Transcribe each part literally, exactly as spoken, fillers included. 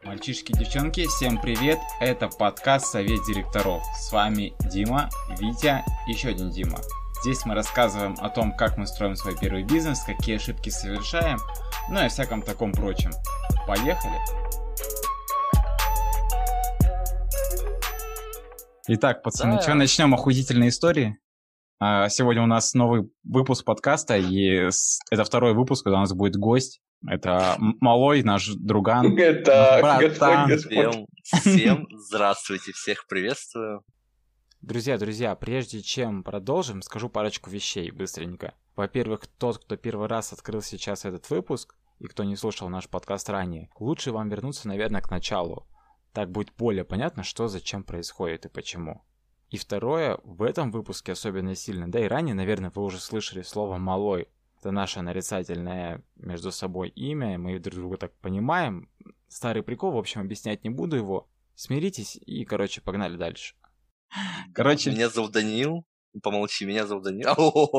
Мальчишки, девчонки, всем привет! Это подкаст «Совет директоров». С вами Дима, Витя и еще один Дима. Здесь мы рассказываем о том, как мы строим свой первый бизнес, какие ошибки совершаем, ну и о всяком таком прочем. Поехали! Итак, пацаны, Да. что, начнем охуительные истории? А, Сегодня у нас новый выпуск подкаста, и с- это второй выпуск, когда у нас будет гость. Это М- Малой, наш друган, наш Так, Господь, братан. Господь. Всем, всем здравствуйте, всех приветствую. Друзья, друзья, прежде чем продолжим, скажу парочку вещей быстренько. Во-первых, тот, кто первый раз открыл сейчас этот выпуск, и кто не слушал наш подкаст ранее, лучше вам вернуться, наверное, к началу. Так будет более понятно, что зачем происходит и почему. И второе, в этом выпуске особенно сильно, да и ранее, наверное, вы уже слышали слово «малой». Это наше нарицательное между собой имя, мы друг друга так понимаем. Старый прикол, в общем, объяснять не буду его. Смиритесь и, короче, погнали дальше. Короче, Меня зовут Даниил. Помолчи, меня зовут Даниил.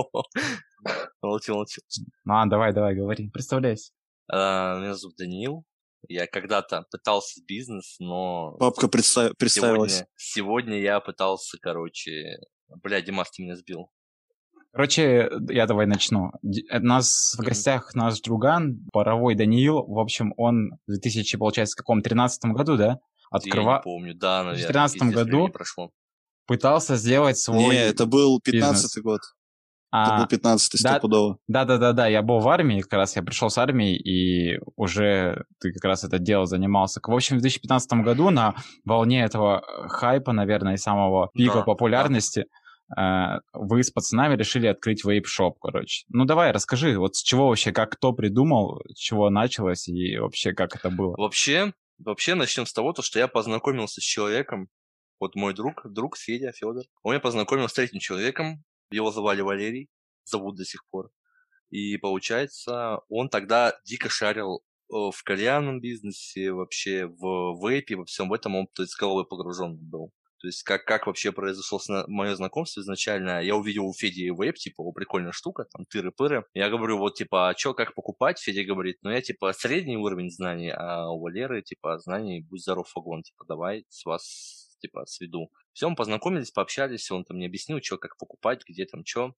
Молчу, молчу. ну а, давай, давай, говори, представляйся. А, Меня зовут Даниил. Я когда-то пытался бизнес, но Папка представ- представилась. сегодня, сегодня я пытался, короче... Бля, Димас, ты меня сбил. Короче, я давай начну. Ди- У нас в Мгм. гостях наш друган, Паровой Даниил. В общем, он в две тысячи, получается, каком тринадцатом году, да? Я не Открыва... помню, да, В наверное. тринадцатом пиздец, году времени прошло. пытался сделать свой Не, это был бизнес. пятнадцатый год. Это А, был пятнадцатый, да, стопудово. да-да-да-да, я был в армии, как раз я пришел с армии, и уже ты как раз это дело занимался. В общем, в две тысячи пятнадцатом году на волне этого э, хайпа, наверное, и самого пика Да, да. популярности, э, вы с пацанами решили открыть вейп-шоп, короче. Ну давай, расскажи, вот с чего вообще, как кто придумал, с чего началось и вообще как это было? Вообще, вообще начнем с того, то, что я познакомился с человеком. Вот мой друг, друг Федя, Федор. Он меня познакомил с третьим человеком. Его звали Валерий, зовут до сих пор. И получается, он тогда дико шарил э, в кальянном бизнесе, вообще в вейпе, во всем этом он, то есть, с головой погружен был. То есть, как, как вообще произошло мое знакомство изначально, я увидел у Феди вейп, типа, о, прикольная штука, там, тыры-пыры. Я говорю, вот, типа, а чё, как покупать? Федя говорит, ну, я, типа, средний уровень знаний, а у Валеры, типа, знаний, будь здоров, вагон, типа, давай с вас, типа, сведу. Все, мы познакомились, пообщались, он там мне объяснил, что, как покупать, где там, что.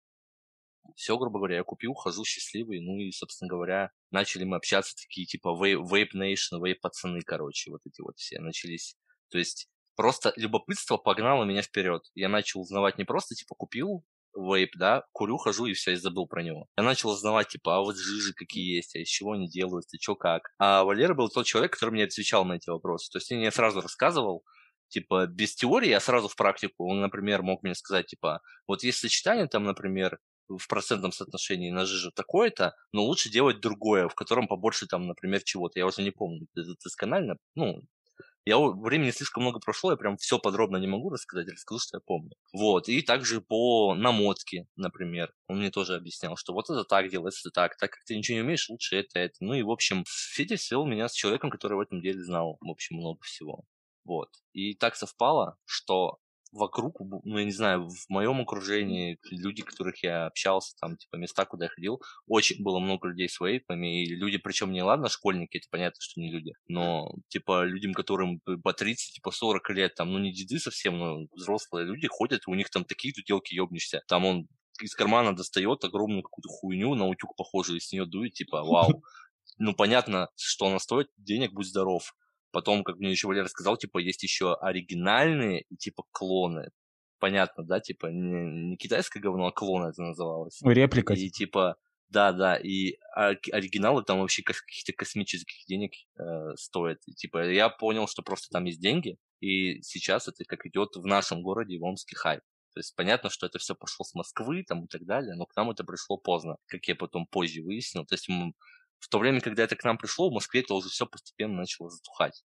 Все, грубо говоря, я купил, хожу счастливый, ну и, собственно говоря, начали мы общаться, такие, типа, Vape Nation, Vape пацаны, короче, вот эти вот все начались. То есть просто любопытство погнало меня вперед. Я начал узнавать не просто, типа, купил вейп, да, курю, хожу и все, и забыл про него. Я начал узнавать, типа, а вот жижи какие есть, а из чего они делаются, чё как. А Валера был тот человек, который мне отвечал на эти вопросы. То есть я мне сразу рассказывал, типа, без теории, а сразу в практику. Он, например, мог мне сказать, типа, вот если сочетание там, например, в процентном соотношении на жижу такое-то, но лучше делать другое, в котором побольше там, например, чего-то. Я уже не помню это досконально. Ну, я у- времени слишком много прошло, я прям все подробно не могу рассказать, расскажу, что я помню. Вот, и также по намотке, например, он мне тоже объяснял, что вот это так делается, это так, так как ты ничего не умеешь, лучше это, это. Ну и, в общем, Федя свел меня с человеком, который в этом деле знал, в общем, много всего. Вот. И так совпало, что вокруг, ну, я не знаю, в моем окружении, люди, которых я общался, там, типа, места, куда я ходил, очень было много людей с вейпами, и люди, причем не, ладно, школьники, это понятно, что не люди, но, типа, людям, которым по тридцать, типа, сорок лет, там, ну, не деды совсем, но взрослые люди ходят, и у них там такие туделки ёбнешься, там он из кармана достает огромную какую-то хуйню, на утюг похожую, и с нее дует, типа, вау. Ну, понятно, что она стоит денег, будь здоров. Потом, как мне еще Валера сказал, типа, есть еще оригинальные и, типа, клоны. Понятно, да? Типа, не, не китайское говно, а клон это называлось. Реплика. И, типа, да-да, и ори- оригиналы там вообще кос- каких-то космических денег э, стоят. И, типа, я понял, что просто там есть деньги, и сейчас это как идет в нашем городе, в Омске, хайп. То есть понятно, что это все пошло с Москвы там и так далее, но к нам это пришло поздно, как я потом позже выяснил. То есть м, в то время, когда это к нам пришло, в Москве это уже все постепенно начало затухать.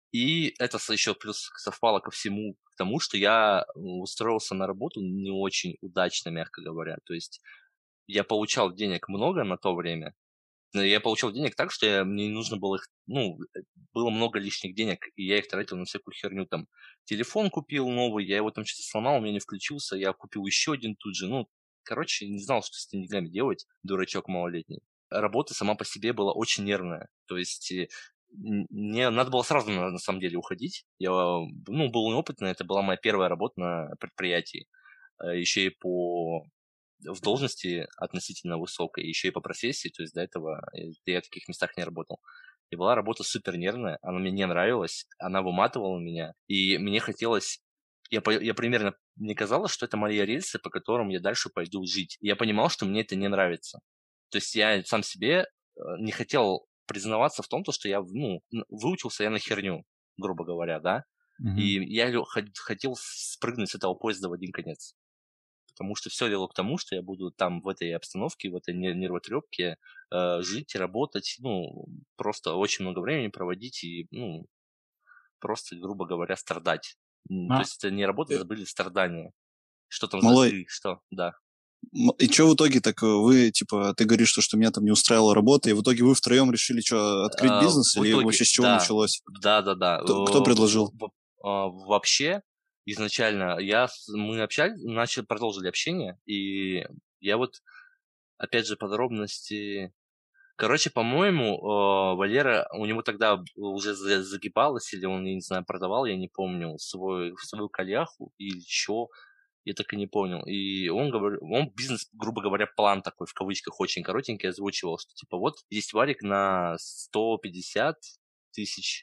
И это со- еще плюс совпало ко всему, к тому, что я м, устроился на работу не очень удачно, мягко говоря. То есть я получал денег много на то время, но я получал денег так, что я, мне не нужно было их, ну, э, было много лишних денег, и я их тратил на всякую херню, там, телефон купил новый, я его там что-то сломал, у меня не включился, я купил еще один тут же, ну, короче, не знал, что с этими деньгами делать, дурачок малолетний. Работа сама по себе была очень нервная, то есть э, мне надо было сразу, на, на самом деле, уходить. Я, ну, был неопытный, это была моя первая работа на предприятии. Еще и по в должности относительно высокой, еще и по профессии, то есть до этого я в таких местах не работал. И была работа супер нервная, она мне не нравилась, она выматывала меня, и мне хотелось, я, я примерно, мне казалось, что это мои рельсы, по которым я дальше пойду жить. И я понимал, что мне это не нравится. То есть я сам себе не хотел признаваться в том, что я, ну, выучился я на херню, грубо говоря, да, mm-hmm. И я хотел спрыгнуть с этого поезда в один конец. Потому что все вело к тому, что я буду там в этой обстановке, в этой нервотрепке э, жить, работать, ну, просто очень много времени проводить и, ну, просто, грубо говоря, страдать. А. То есть это не работа, это были страдания. Что там Малой. за ты, что, да. И что в итоге так вы, типа, ты говоришь, что, что меня там не устраивала работа, и в итоге вы втроем решили, что, открыть а, бизнес, или итоге, вообще с чего да, началось? Да-да-да. Кто, кто предложил? Вообще, изначально я, мы общались, начали, продолжили общение, и я вот, опять же, подробности... Короче, по-моему, Валера, у него тогда уже загибалось, или он, я не знаю, продавал, я не помню, свой, свою кальяху или что, я так и не понял. И он говорил, он бизнес, грубо говоря, план такой, в кавычках, очень коротенький озвучивал, что типа вот есть варик на сто пятьдесят тысяч,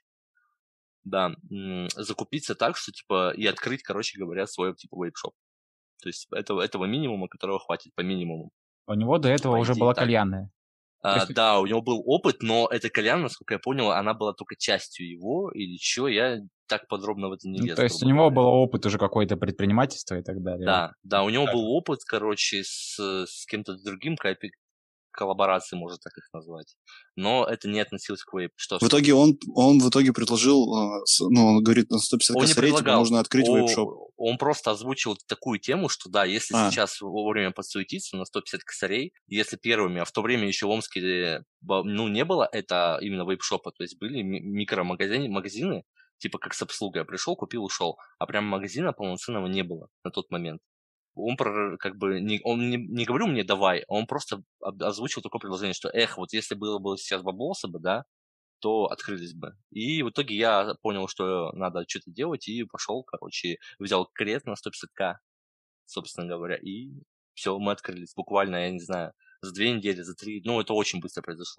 да, закупиться так, что типа и открыть, короче говоря, свой типа вейп-шоп. То есть этого, этого минимума, которого хватит по минимуму. У него до этого по уже идее, была так. кальянная. А, есть... Да, у него был опыт, но эта кальяна, насколько я понял, она была только частью его или что, я так подробно в это не лез. Ну, то есть у него был опыт уже какое-то предпринимательство и так далее. Да, да, у него так. был опыт, короче, с, с кем-то другим, коллаборации, можно так их назвать. Но это не относилось к вейп. Что, в итоге он, он в итоге предложил, ну, он говорит, на сто пятьдесят косарей типа, можно открыть вейп-шоп. Он просто озвучил такую тему, что да, если а. сейчас во время подсуетиться на сто пятьдесят косарей, если первыми, а в то время еще в Омске, ну, не было это именно вейп-шопа, то есть были микромагазины, магазины, типа как с обслугой. Я пришел, купил, ушел. А прям магазина полноценного не было на тот момент. Он как бы не, он не, не говорил мне давай, он просто озвучил такое предложение, что эх, вот если было бы сейчас баблосы бы, да, то открылись бы. И в итоге я понял, что надо что-то делать, и пошел, короче, взял кредит на сто пятьдесят тысяч, собственно говоря, и все, мы открылись буквально, я не знаю, за две недели, за три, ну, это очень быстро произошло.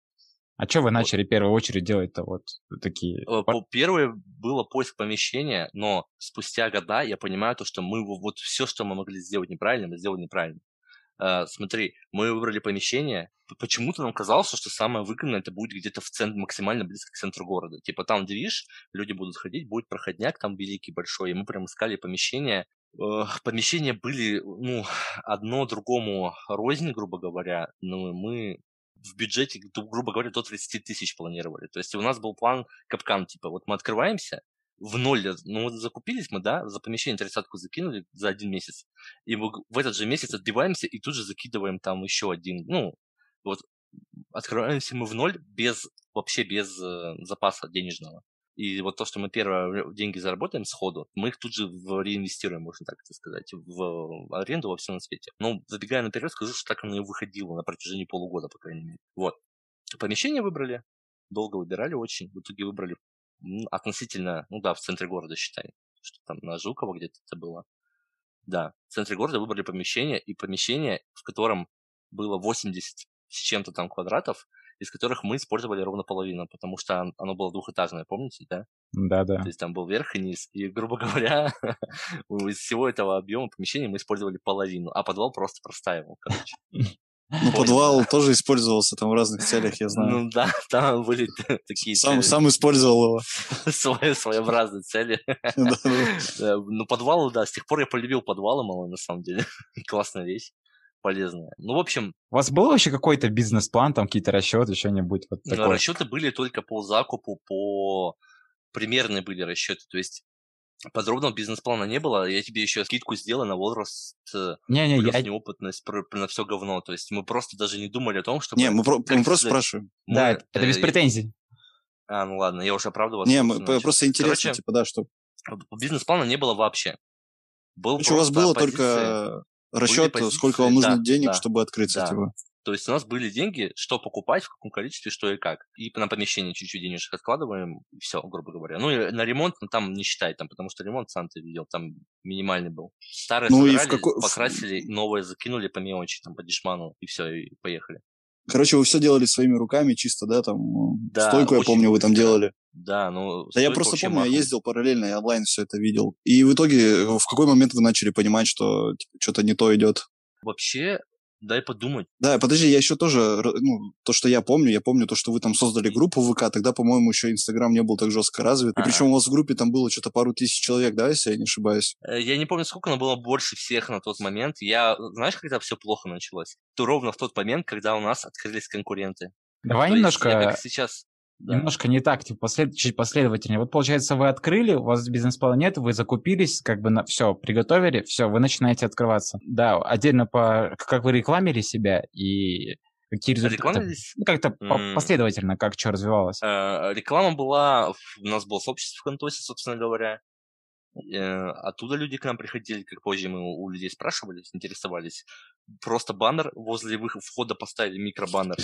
А что вы начали вот. в первую очередь делать-то вот такие? Первое было поиск помещения, но спустя года я понимаю то, что мы вот все, что мы могли сделать неправильно, мы сделали неправильно. Uh, смотри, мы выбрали помещение, почему-то нам казалось, что самое выгодное это будет где-то в центре, максимально близко к центру города. Типа там движ, люди будут ходить, будет проходняк там великий, большой, и мы прям искали помещение. Uh, помещения были, ну, одно другому рознь, грубо говоря, но мы... в бюджете, грубо говоря, до тридцать тысяч планировали. То есть у нас был план капкан, типа, вот мы открываемся, в ноль, ну вот закупились мы, да, за помещение тридцатку закинули за один месяц, и мы в этот же месяц отбиваемся и тут же закидываем там еще один, ну, вот открываемся мы в ноль без, вообще без э, запаса денежного. И вот то, что мы первые деньги заработаем сходу, мы их тут же реинвестируем, можно так сказать, в аренду во всем на свете. Но забегая наперед, скажу, что так оно и выходило на протяжении полугода, по крайней мере. Вот. Помещение выбрали, долго выбирали очень. В итоге выбрали ну, относительно, ну да, в центре города, считай, что там на Жукова где-то это было. Да, в центре города выбрали помещение, и помещение, в котором было восемьдесят с чем-то там квадратов, из которых мы использовали ровно половину, потому что оно было двухэтажное, помните, да? Да-да. То есть там был верх и низ. И, грубо говоря, из всего этого объема помещения мы использовали половину, а подвал просто простаивал, короче. Ну, подвал тоже использовался там в разных целях, я знаю. Ну да, там были такие цели. Сам использовал его. Своеобразные цели. Ну, подвал, да, с тех пор я полюбил подвалы, мало, на самом деле. Классная вещь. Полезная. Ну, в общем... У вас был вообще какой-то бизнес-план, там какие-то расчеты, что-нибудь вот такое? Расчеты были только по закупу, по... Примерные были расчеты, то есть подробного бизнес-плана не было, я тебе еще скидку сделал на возраст, не, не, плюс я... неопытность, на все говно, то есть мы просто даже не думали о том, чтобы... Не, мы, про- мы просто спрашиваем. Мы... Да, это, это без претензий. А, ну ладно, я уже оправдывался. Не, мы, просто интересно, Короче, типа, да, что... Бизнес-плана не было вообще. Был Короче, у вас было позиции, только расчет, сколько вам нужно да, денег, да, чтобы открыть да, его. То есть у нас были деньги, что покупать, в каком количестве, что и как. И на помещение чуть-чуть денежек откладываем, и все, грубо говоря. Ну и на ремонт, ну, там не считай, там, потому что ремонт, сам ты видел, там минимальный был. Старые Ну и в содрали, какой... в- покрасили, новые закинули по мелочи, там, по дешману, и все, и поехали. Короче, вы все делали своими руками чисто, да, там, ну, Да, стойку, я очень помню, вы там быстро. делали. Да, ну, Да я стойка просто вообще помню, я махом. ездил параллельно, я онлайн все это видел. И в итоге, э, в какой момент вы начали понимать, что типа, что-то не то идет? Вообще, дай подумать. Да, подожди, я еще тоже, р- ну, то, что я помню, я помню то, что вы там создали группу в ВК, тогда, по-моему, еще Инстаграм не был так жестко развит. И А, причем у вас в группе там было что-то пару тысяч человек, да, если я не ошибаюсь? э, Я не помню, сколько, но было больше всех на тот момент. Я, знаешь, когда все плохо началось? То ровно в тот момент, когда у нас открылись конкуренты. Давай То есть я как немножко, сейчас... Да. немножко не так, типа, послед... чуть последовательнее. Вот, получается, вы открыли, у вас бизнес-плана нет, вы закупились, как бы на все приготовили, все, вы начинаете открываться. Да, отдельно по как вы рекламили себя и какие результаты. Рекламились? Ну, как-то по- М, последовательно, как что развивалось. э, Реклама была... в- У нас было сообщество в Контосе, собственно говоря. Э, Оттуда люди к нам приходили, как позже мы у у людей спрашивали, интересовались. Просто баннер возле выход- входа поставили, микробаннер.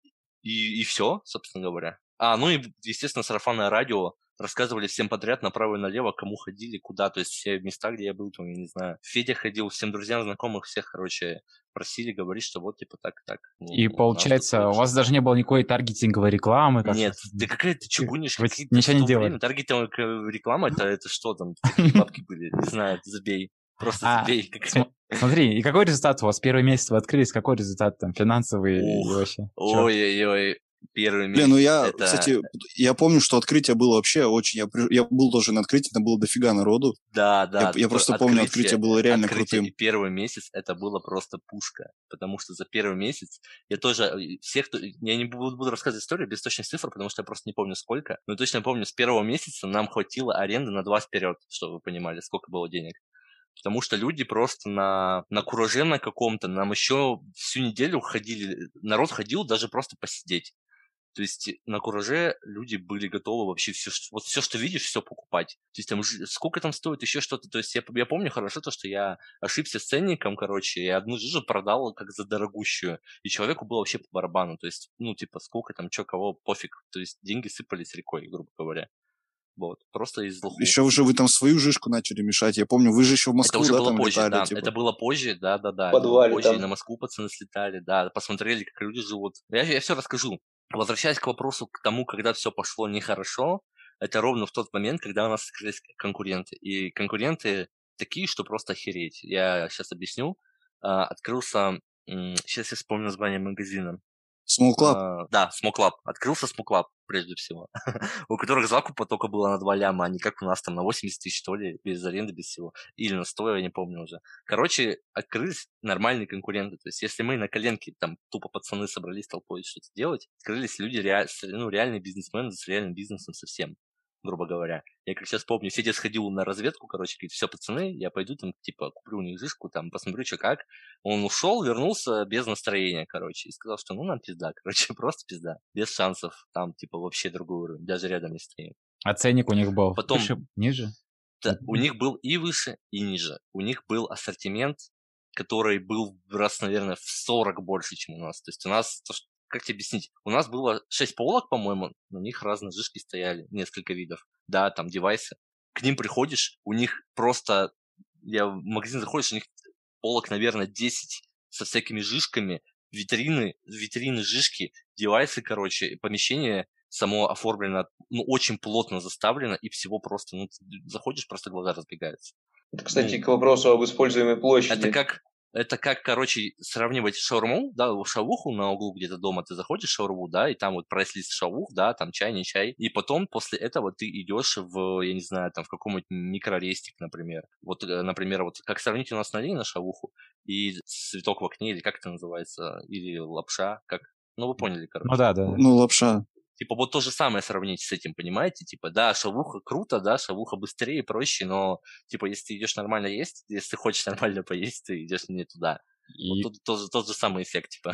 И, и все, собственно говоря. А, ну и, естественно, сарафанное радио. Рассказывали всем подряд, направо и налево, кому ходили, куда. То есть все места, где я был, там, я не знаю. Федя ходил, всем друзьям, знакомых, всех, короче, просили говорить, что вот, типа, так и так. Ну, И у нас тут получается, у произошло. вас даже не было никакой таргетинговой рекламы. Как Нет, ты какая ты чугунишь, Вы какие ничего в не то делали. время таргетинговая реклама, это, это что там, какие бабки были, не знаю, забей. Просто А, забей. Какая... см- смотри, и какой результат у вас? Первый месяц вы открылись, какой результат там финансовый и Ух, вообще? Чё? ой-ой-ой, первый месяц. Блин, ну я, это... кстати, я помню, что открытие было вообще очень... Я, при- я был тоже на открытии, там было дофига народу. Да, да. Я, я просто помню, открытие было реально открытие крутым. И первый месяц это было просто пушка. Потому что за первый месяц я тоже... э, Всех, кто... Я не буду, буду рассказывать историю без точных цифр, потому что я просто не помню сколько. Но точно помню, с первого месяца нам хватило аренды на два вперед, чтобы вы понимали, сколько было денег. Потому что люди просто на, на кураже на каком-то, нам еще всю неделю ходили, народ ходил даже просто посидеть. То есть на кураже люди были готовы вообще все, вот все, что видишь, все покупать. То есть там сколько там стоит еще что-то. То есть я, я помню хорошо то, что я ошибся с ценником, короче, и одну жижу продал как за дорогущую. И человеку было вообще по барабану. То есть, ну, типа, сколько там, что, кого, пофиг. То есть деньги сыпались рекой, грубо говоря. Вот, просто из лоху. Еще уже вы там свою жишку начали мешать. Я помню, вы же еще в Москву, это уже да, было там позже, летали, да. типа. Это было позже, да, да, да. В подвале это было позже, там. и на Москву пацаны слетали, да, посмотрели, как люди живут. Я, я все расскажу. Возвращаясь к вопросу, к тому, когда все пошло нехорошо, это ровно в тот момент, когда у нас открылись конкуренты. И конкуренты такие, что просто охереть. Я сейчас объясню. А, открылся, м, сейчас я вспомню название магазина. Small Club. А, да, Smoke Club. Открылся Smoke Club, прежде всего. У которых закупа только было на два ляма, а не как у нас там на восемьдесят тысяч, что ли, без аренды, без всего. Или на сто, я не помню уже. Короче, открылись нормальные конкуренты. То есть, если мы на коленке, там, тупо пацаны собрались толпой что-то делать, открылись люди, ре... ну, реальные бизнесмены с реальным бизнесом совсем, грубо говоря. Я как сейчас помню, Федя сходил на разведку, короче, говорит, все, пацаны, я пойду там, типа, куплю у них жишку, там, посмотрю, что как. Он ушел, вернулся без настроения, короче, и сказал, что ну нам пизда, короче, просто пизда. Без шансов, там, типа, вообще другой уровень, даже рядом не стоим. А ценник у них был Потом, выше, ниже? Да, у них был и выше, и ниже. У них был ассортимент, который был раз, наверное, в сорок больше, чем у нас. То есть у нас, как тебе объяснить, у нас было шесть полок, по-моему, на них разные жишки стояли, несколько видов. Да, там девайсы. К ним приходишь, у них просто, я в магазин заходишь, у них полок, наверное, десять со всякими жишками, витрины, витрины, жишки, девайсы, короче, помещение само оформлено, ну, очень плотно заставлено, и всего просто, ну, ты заходишь, просто глаза разбегаются. Это, кстати, Ну, к вопросу об используемой площади. Это как, это как, короче, сравнивать шаурму, да, шавуху на углу где-то дома, ты заходишь в шаурму, да, и там вот прайс-лист шавух, да, там чай, не чай, и потом после этого ты идешь в, я не знаю, там в какой-нибудь микрорестик, например. Вот, например, вот как сравнить у нас налей на шавуху и цветок в окне, или как это называется, или лапша, как, ну вы поняли, короче. Ну да, да. Ну, лапша. Типа вот то же самое сравнить с этим, понимаете? Типа, да, шавуха круто, да, шавуха быстрее, проще, но, типа, если ты идешь нормально есть, если ты хочешь нормально поесть, ты идешь не туда. И Вот тут тот, тот же самый эффект, типа.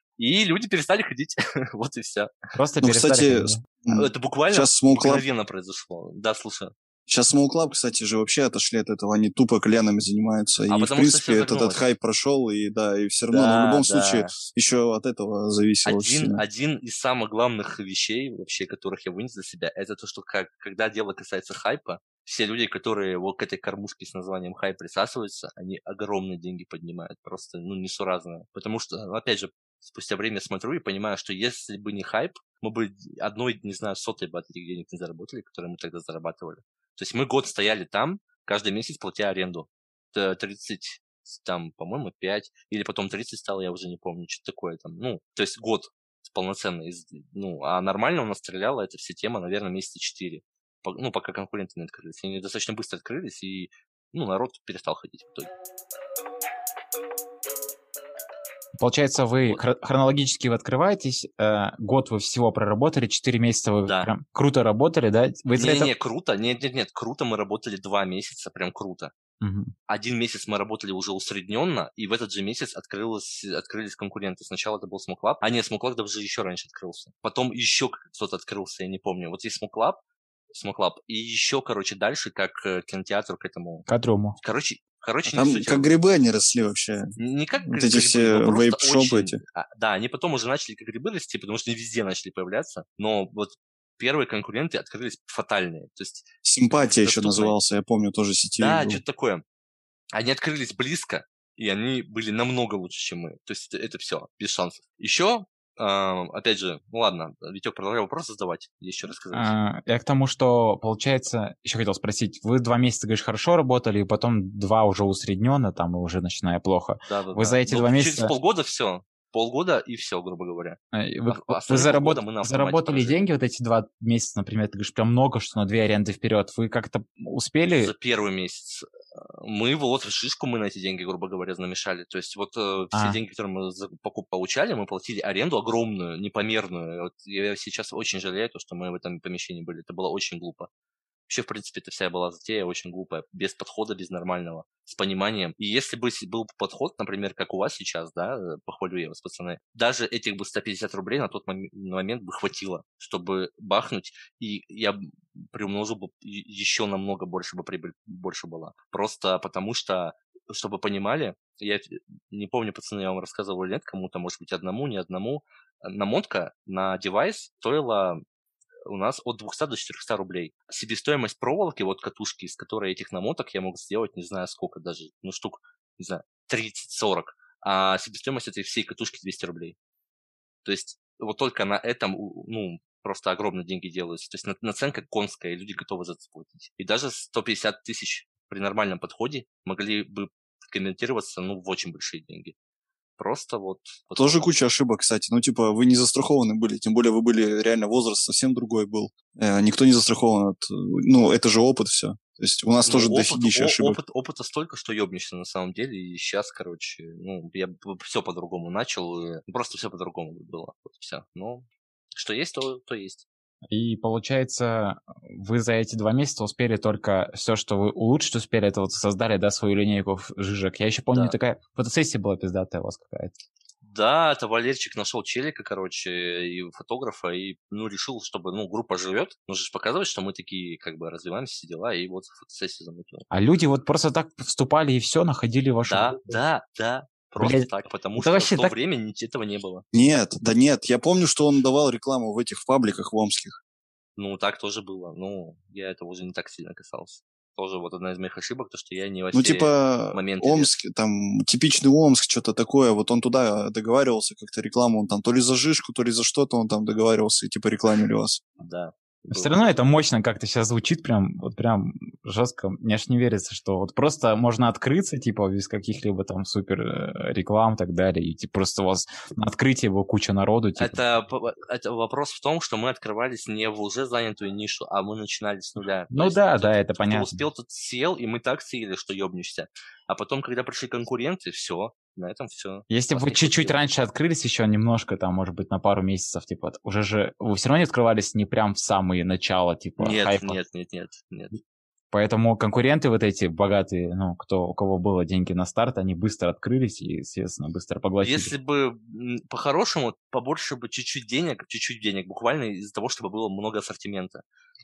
И люди перестали ходить, вот и все. просто Ну, перестали кстати, ходить, с- да? м, Это буквально сейчас Small Club, мгновенно произошло. Да, слушай. Сейчас Small Club, кстати, же вообще отошли от этого, они тупо кальянами занимаются. А и, в потому что принципе, все этот, этот загнулось. хайп прошел, и да, и все равно, но в Да, любом да. случае, еще от этого зависело очень Один, сильно. один из самых главных вещей, вообще, которых я вынес для себя, это то, что как, когда дело касается хайпа, все люди, которые вот к этой кормушке с названием хайп присасываются, они огромные деньги поднимают, просто, ну, несуразные. Потому что, ну, опять же, спустя время смотрю и понимаю, что если бы не хайп, мы бы одной, не знаю, сотой бы от этих денег не заработали, которые мы тогда зарабатывали. То есть мы год стояли там, каждый месяц платя аренду. тридцать, там, по-моему, пять, или потом тридцать стало, я уже не помню, что-то такое там. Ну, то есть год полноценный. Ну, а нормально у нас стреляла эта вся тема, наверное, месяца четыре. Ну, пока конкуренты не открылись. Они достаточно быстро открылись, и, ну, народ перестал ходить в итоге. Получается, вы вот. хр- хронологически вы открываетесь, э, год вы всего проработали, четыре месяца вы да. прям круто работали, да? Не-не-не, это... круто, нет-нет-нет, круто мы работали два месяца, прям круто. Угу. Один месяц мы работали уже усредненно, и в этот же месяц открылось, открылись конкуренты. Сначала это был Small Club, а нет, Small Club даже еще раньше открылся. Потом еще кто-то открылся, я не помню. Вот есть Small Club, Small Club, и еще, короче, дальше, как кинотеатр к этому. К Адруму. Короче, короче, а там суть, как грибы они росли вообще. Не как вот грибы, эти все вейп-шопы эти. А, да, они потом уже начали как грибы расти, потому что они везде начали появляться. Но вот первые конкуренты открылись фатальные. То есть Симпатия еще назывался, я помню, тоже сетевик Да, был. что-то такое. Они открылись близко, и они были намного лучше, чем мы. То есть это, это все, без шансов. Еще, э, опять же, ну ладно, Витек, продолжай вопрос задавать, еще рассказать. А, я к тому, что, получается, еще хотел спросить, вы два месяца, говоришь, хорошо работали, и потом два уже усредненно, там, и уже начиная плохо. Да, да, вы да. за эти Но два месяца... Через полгода все. Полгода и все, грубо говоря. Вы, а, вы заработ... мы заработали деньги вот эти два месяца, например, ты говоришь, прям много, что на две аренды вперед. Вы как-то успели? За первый месяц. Мы вот шишку мы на эти деньги, грубо говоря, намешали. То есть вот э, все а. деньги, которые мы за покупку получали, мы платили аренду огромную, непомерную. Вот я сейчас очень жалею, то, что мы в этом помещении были. Это было очень глупо. Вообще, в принципе, эта вся была затея очень глупая, без подхода, без нормального, с пониманием. И если бы был подход, например, как у вас сейчас, да, похвалю я вас, пацаны, даже этих бы сто пятьдесят рублей на тот момент бы хватило, чтобы бахнуть, и я приумножил бы еще намного больше бы прибыль больше была. Просто потому что, чтобы понимали, я не помню, пацаны, я вам рассказывал или нет, кому-то, может быть, одному, не одному, намотка на девайс стоила у нас от двухсот до четырехсот рублей. Себестоимость проволоки, вот катушки, из которой этих намоток я мог сделать, не знаю сколько даже, ну штук, не знаю, тридцать-сорок. А себестоимость этой всей катушки двести рублей. То есть вот только на этом, ну, просто огромные деньги делаются. То есть наценка конская, и люди готовы за это платить. И даже сто пятьдесят тысяч при нормальном подходе могли бы комментироваться, ну, в очень большие деньги. Просто вот... Тоже куча ошибок, кстати. Ну, типа, вы не застрахованы были. Тем более, вы были реально, возраст совсем другой был. Э, никто не застрахован от... Ну, это же опыт все. То есть у нас ну, тоже опыт, дофигища ошибок. Опыт, опыта столько, что ёбнешься на самом деле. И сейчас, короче, ну, я все по-другому начал. И просто все по-другому было. Вот все. Ну, что есть, то, то есть. И получается, вы за эти два месяца успели только все, что вы улучшить успели, это вот создали, да, свою линейку жижек. Я еще помню, да. такая фотосессия была пиздатая у вас какая-то. Да, это Валерчик нашел челика, короче, и фотографа, и, ну, решил, чтобы, ну, группа живет. Нужно же показывать, что мы такие, как бы, развиваемся, все дела, и вот фотосессию замутил. А люди вот просто так вступали и все, находили вашу Да, группу. да, да. Просто Блядь, так, потому что в то так... время этого не было. Нет, да нет, я помню, что он давал рекламу в этих пабликах в омских. Ну, так тоже было. Ну, я этого уже не так сильно касался. Тоже вот одна из моих ошибок, то, что я не во все Ну, типа, моменты Омск, лез. Там, типичный Омск, что-то такое, вот он туда договаривался как-то рекламу, он там то ли за жишку, то ли за что-то он там договаривался и, типа, рекламили вас. Да. Все равно это мощно как-то сейчас звучит, прям, вот прям жестко. Мне аж не верится, что вот просто можно открыться, типа, без каких-либо там супер реклам и так далее, и типа, просто у вас на открытии было куча народу. Типа. Это, это вопрос в том, что мы открывались не в уже занятую нишу, а мы начинали с нуля. Ну есть, да, да, кто, это кто понятно. Кто успел, тот сел, и мы так сели, что ёбнешься. А потом, когда пришли конкуренты, все, на этом все. Если бы вы чуть-чуть раньше открылись еще немножко, там, может быть, на пару месяцев, типа, уже же вы все равно не открывались не прям в самое начало, типа, нет, хайпа. Нет, нет, нет, нет. Поэтому конкуренты вот эти богатые, ну, кто, у кого было деньги на старт, они быстро открылись и, естественно, быстро поглотили. Если бы по-хорошему, побольше бы чуть-чуть денег, чуть-чуть денег, буквально из-за того, чтобы было много ассортимента.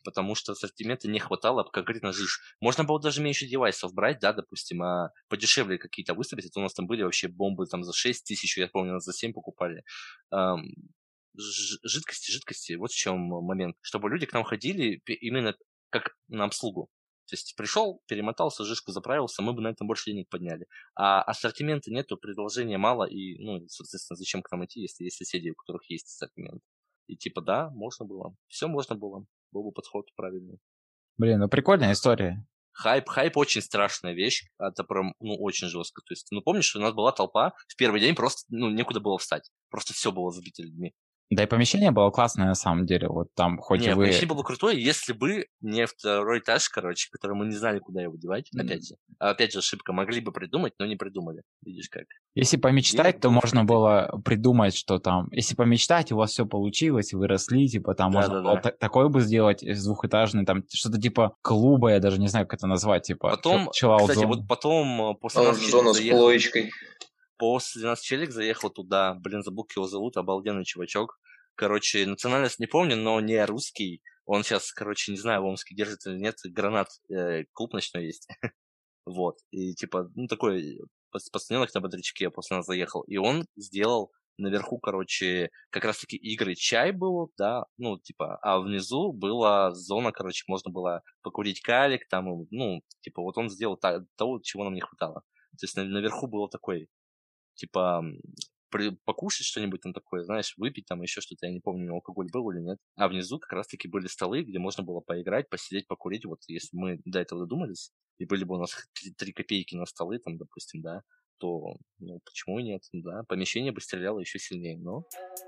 потому что ассортимента не хватало конкретно жиж. Можно было даже меньше девайсов брать, да, допустим, а подешевле какие-то выставить. Это у нас там были вообще бомбы там за шесть тысяч, я помню, нас за семь покупали. Ам, ж- жидкости, жидкости, вот в чем момент. Чтобы люди к нам ходили пе- именно как на обслугу. То есть пришел, перемотался, жижку заправился, мы бы на этом больше денег подняли. А ассортимента нету, предложения мало, и, ну, соответственно, зачем к нам идти, если есть соседи, у которых есть ассортимент. И типа, да, можно было. Все можно было. Был бы подход правильный. Блин, ну прикольная история. Хайп, хайп очень страшная вещь. Это прям, ну, очень жестко. То есть, ну, помнишь, у нас была толпа, в первый день просто, ну, некуда было встать. Просто все было забито людьми. Да и помещение было классное на самом деле. Вот там хоть и Не, вы... помещение было крутое, если бы не второй этаж, короче, который мы не знали, куда его девать. М. Опять же. А Опять же, ошибка. Могли бы придумать, но не придумали. Видишь как. Если Денег помечтать, то было можно впритык. было придумать, что там... Если помечтать, у вас все получилось, вы росли, типа там можно было Да-да-да. та- такое бы сделать с двухэтажной, там что-то типа клуба, я даже не знаю, как это назвать, типа Потом, чиллаут кстати, вот зон. потом э, после нас челик Зона с заехал. плоечкой. После нас челик заехал туда. Блин, забыл, как его зовут. Обалденный чувачок. Короче, национальность не помню, но не русский. Он сейчас, короче, не знаю, в Омске держит или нет. Гранат. Э, клуб ночной есть. Вот. И типа, ну такой пац- пацаненок на бодрячке после нас заехал. И он сделал наверху, короче, как раз-таки игры, чай был, да, ну, типа, а внизу была зона, короче, можно было покурить калик, там, ну, типа, вот он сделал та- того, чего нам не хватало. То есть на- наверху было такой, типа, м, при- покушать что-нибудь там такое, знаешь, выпить там еще что-то, я не помню, алкоголь был или нет. А внизу как раз-таки были столы, где можно было поиграть, посидеть, покурить. Вот если мы до этого додумались, и были бы у нас три, три копейки на столы, там, допустим, да, то, ну, почему и нет, да, помещение бы стреляло еще сильнее, но...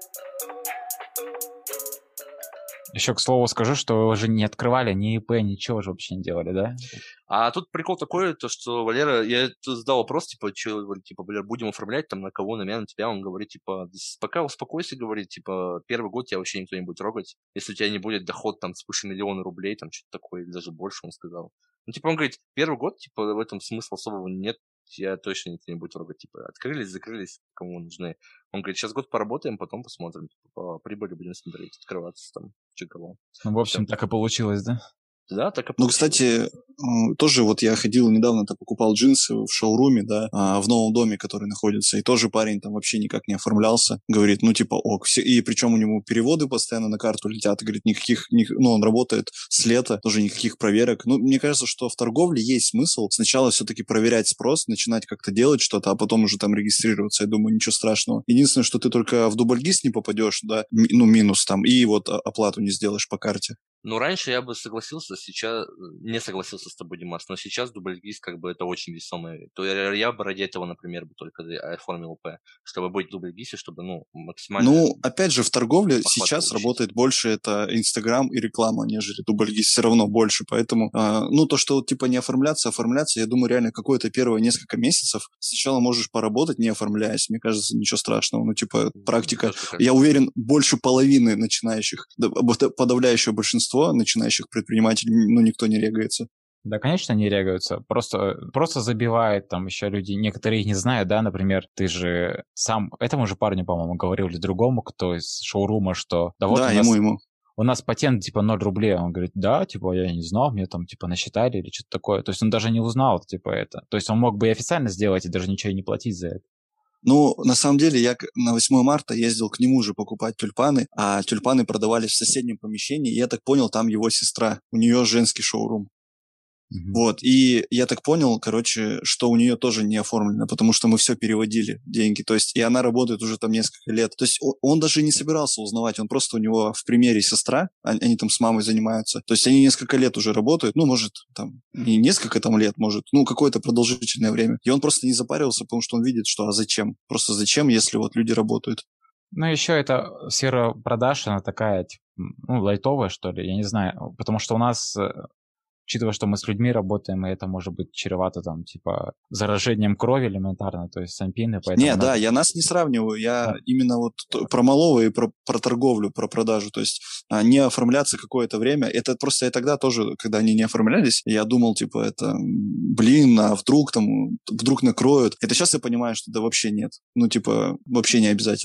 Еще к слову скажу, что вы уже не открывали ни ИП, ничего же вообще не делали, да? А тут прикол такой, то, что Валера, я тут задал вопрос, типа, что, типа, Валер, будем оформлять там на кого, на меня, на тебя, он говорит, типа, «Да с- пока успокойся, говорит, типа, первый год тебя вообще никто не будет трогать, если у тебя не будет доход там свыше миллиона рублей, там, что-то такое, или даже больше, он сказал. Ну, типа, он говорит, первый год, типа, в этом смысла особого нет, я точно никто не будет трогать, типа, открылись, закрылись, кому нужны. Он говорит, сейчас год поработаем, потом посмотрим, типа, по прибыли будем смотреть, открываться там, что кого. Ну, в общем, Всё. так и получилось, да? Да, так и Ну, получилось. кстати, м, тоже вот я ходил недавно, то покупал джинсы в шоуруме, да, а, в новом доме, который находится, и тоже парень там вообще никак не оформлялся, говорит, ну, типа, ок, все, и причем у него переводы постоянно на карту летят, говорит, никаких, ни- ну, он работает с лета, тоже никаких проверок. Ну, мне кажется, что в торговле есть смысл сначала все-таки проверять спрос, начинать как-то делать что-то, а потом уже там регистрироваться, я думаю, ничего страшного. Единственное, что ты только в дубльгиз не попадешь, да, ми- ну, минус там, и вот а, оплату не сделаешь по карте. Ну, раньше я бы согласился, сейчас не согласился с тобой, Димас, но сейчас дубльгиз как бы это очень весомое. То я, я бы ради этого, например, бы только оформил П, чтобы быть в дубльгизе, чтобы, ну, максимально Ну, опять же, в торговле охват сейчас получить. работает больше это Инстаграм и реклама, нежели дубльгиз, все равно больше, поэтому, а, ну, то, что, типа, не оформляться, оформляться, я думаю, реально какое-то первое несколько месяцев сначала можешь поработать, не оформляясь, мне кажется, ничего страшного, ну, типа, Мне практика, тоже так я кажется. уверен, больше половины начинающих, да, бо- подавляющее большинство начинающих предпринимателей, ну, никто не регается. Да, конечно, не регаются. Просто, просто забивают там еще люди. Некоторые их не знают, да, например, ты же сам этому же парню, по-моему, говорил, или другому, кто из шоурума, что да вот Да, у ему, нас, ему. у нас патент типа ноль рублей. Он говорит, да, типа я не знал, мне там типа насчитали или что-то такое. То есть он даже не узнал, типа это. То есть он мог бы и официально сделать и даже ничего и не платить за это. Ну, на самом деле, я к- на восьмое марта ездил к нему же покупать тюльпаны, а тюльпаны продавались в соседнем помещении, и я так понял, там его сестра, у нее женский шоурум. Мгм. Вот, и я так понял, короче, что у нее тоже не оформлено, потому что мы все переводили деньги, то есть, и она работает уже там несколько лет. То есть о- он даже не собирался узнавать, он просто у него в примере сестра, они, они там с мамой занимаются, то есть они несколько лет уже работают, ну, может, там, не несколько там лет, может, ну, какое-то продолжительное время. И он просто не запаривался, потому что он видит, что, а зачем? Просто зачем, если вот люди работают? Ну, еще эта сфера продаж, она такая, типа, ну, лайтовая, что ли, я не знаю. Потому что у нас, э, учитывая, что мы с людьми работаем, и это может быть чревато там, типа, заражением крови элементарно, то есть сампины, поэтому Не, да, надо... я нас не сравниваю, я Да. именно вот т- про малого и про, про торговлю, про продажу, то есть а, не оформляться какое-то время, это просто я тогда тоже, когда они не оформлялись, я думал, типа, это, м, блин, а вдруг там, вдруг накроют, это сейчас я понимаю, что да вообще нет, ну, типа, вообще не обязательно.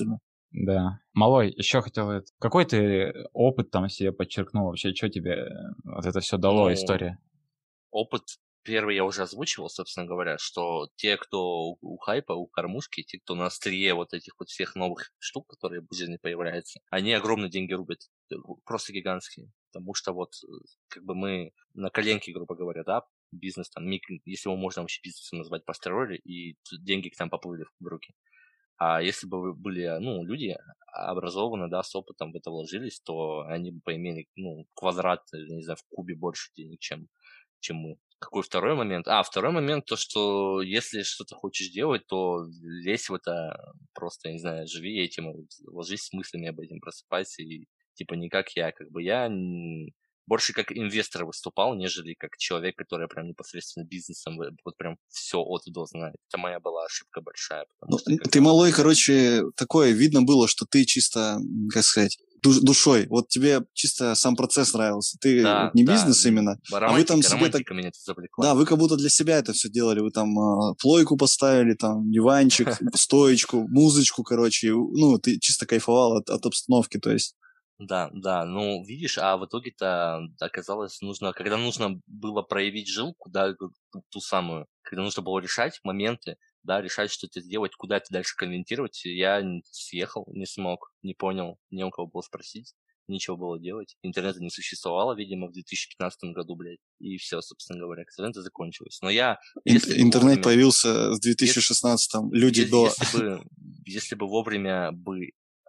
Да. Малой, еще хотел... это- Какой ты опыт там себе подчеркнул вообще? Что тебе э, вот это все дало, Ну, история? опыт первый я уже озвучивал, собственно говоря, что те, кто у у хайпа, у кормушки, те, кто на острие вот этих вот всех новых штук, которые в жизни появляются, они огромные деньги рубят, э, просто гигантские. Потому что вот э, как бы мы на коленке, грубо говоря, да, бизнес там, микро, если его можно вообще бизнесом назвать, построили, и тут деньги к нам поплыли в руки. А если бы вы были, ну, люди образованные, да, с опытом в это вложились, то они бы поимели, ну, квадрат, или, не знаю, в кубе больше денег, чем, чем мы. Какой второй момент? А, второй момент, то, что если что-то хочешь делать, то лезь в это просто, я не знаю, живи этим, ложись с мыслями об этом, просыпайся, и типа не как я, как бы я н- больше как инвестор выступал, нежели как человек, который прям непосредственно бизнесом э, вот прям все от и до знает. Это моя была ошибка большая, потому Ну, что ты, когда... малой, короче, такое видно было, что ты чисто, м, как сказать, душ- душой. Вот тебе чисто сам процесс нравился. Ты вот Да, не да, бизнес м, именно, а вы там романтика, себе так... романтика меня тут завлекла. Да, вы как будто для себя это все делали. Вы там э, плойку поставили, там диванчик, стоечку, музычку, короче. и, Ну, ты чисто кайфовал от, от обстановки, то есть. Да, да, ну, видишь, а в итоге-то оказалось нужно, когда нужно было проявить жилку, да, ту, ту самую, когда нужно было решать моменты, да, решать, что это сделать, куда это дальше комментировать, я н- съехал, не смог, не понял, не у кого было спросить, нечего было делать. Интернета не существовало, видимо, в две тысячи пятнадцатом году, блядь, и все, собственно говоря, к сожалению, это закончилось. Но я, Ин- если бы интернет вовремя, появился в если, две тысячи шестнадцатом, люди если, до... если бы, если бы вовремя бы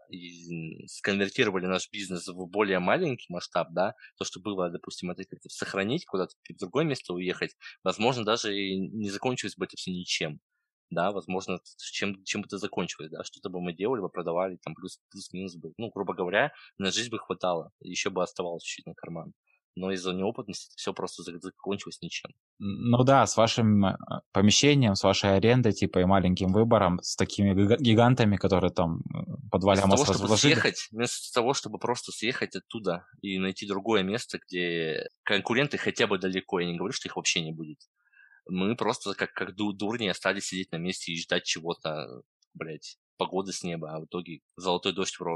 и сконвертировали наш бизнес в более маленький масштаб, да, то, что было, допустим, это как-то сохранить, куда-то в другое место уехать, возможно, даже и не закончилось бы это все ничем, да, возможно, чем, чем бы это закончилось, да, что-то бы мы делали, бы продавали, там, плюс, плюс-минус бы, ну, грубо говоря, на жизнь бы хватало, еще бы оставалось чуть-чуть на карман, но из-за неопытности все просто зак- закончилось ничем. Ну да, с вашим э, помещением, с вашей арендой, типа, и маленьким выбором, с такими гига- гигантами, которые там э, в подвале Вместо АМОС того, чтобы разложили. съехать, вместо того, чтобы просто съехать оттуда и найти другое место, где конкуренты хотя бы далеко, я не говорю, что их вообще не будет. Мы просто как, как ду- дурни остались сидеть на месте и ждать чего-то, блядь, погоды с неба, а в итоге золотой дождь в рот.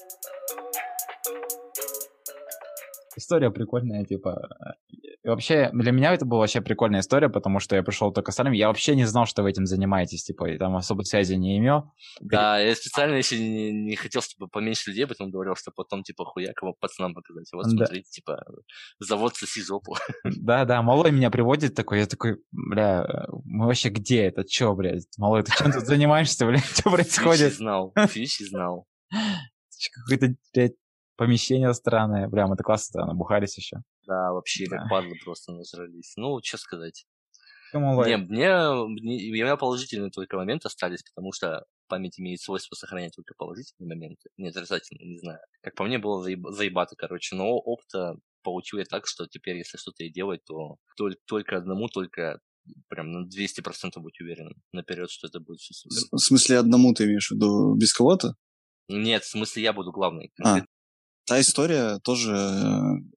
История прикольная, типа. э, И вообще, для меня это была вообще прикольная история, потому что я пришел только с армии, я вообще не знал, что вы этим занимаетесь, типа, и там особо связи не имел. При- Да, я специально еще не, не хотел, чтобы поменьше людей, потом говорил, что потом, типа, хуяк его пацанам показать. Вот, Да, смотрите, типа, завод соси жопу. да, да, малой меня приводит такой, я такой, бля, э, мы вообще где? Это чё, блядь? Малой, ты чем тут занимаешься, блядь? Что Фьючи происходит? знал, Фьючи знал. Какое-то, блядь, помещение странное. Бля, мы-то классно набухались еще. Да, вообще, как Да. падлы просто нажрались. Ну, что сказать. Чё, Не, малой? мне, мне, у меня положительные только моменты остались, потому что память имеет свойство сохранять только положительные моменты, не отрицательные, не знаю. Как по мне, было заеб- заебато, короче, но опыта получил я так, что теперь, если что-то и делать, то только, только одному, только прям на двести процентов быть уверенным наперед, что это будет все супер. В смысле, одному ты имеешь в виду, без кого-то? Нет, в смысле, я буду главный. А, Конкретно. та история тоже э,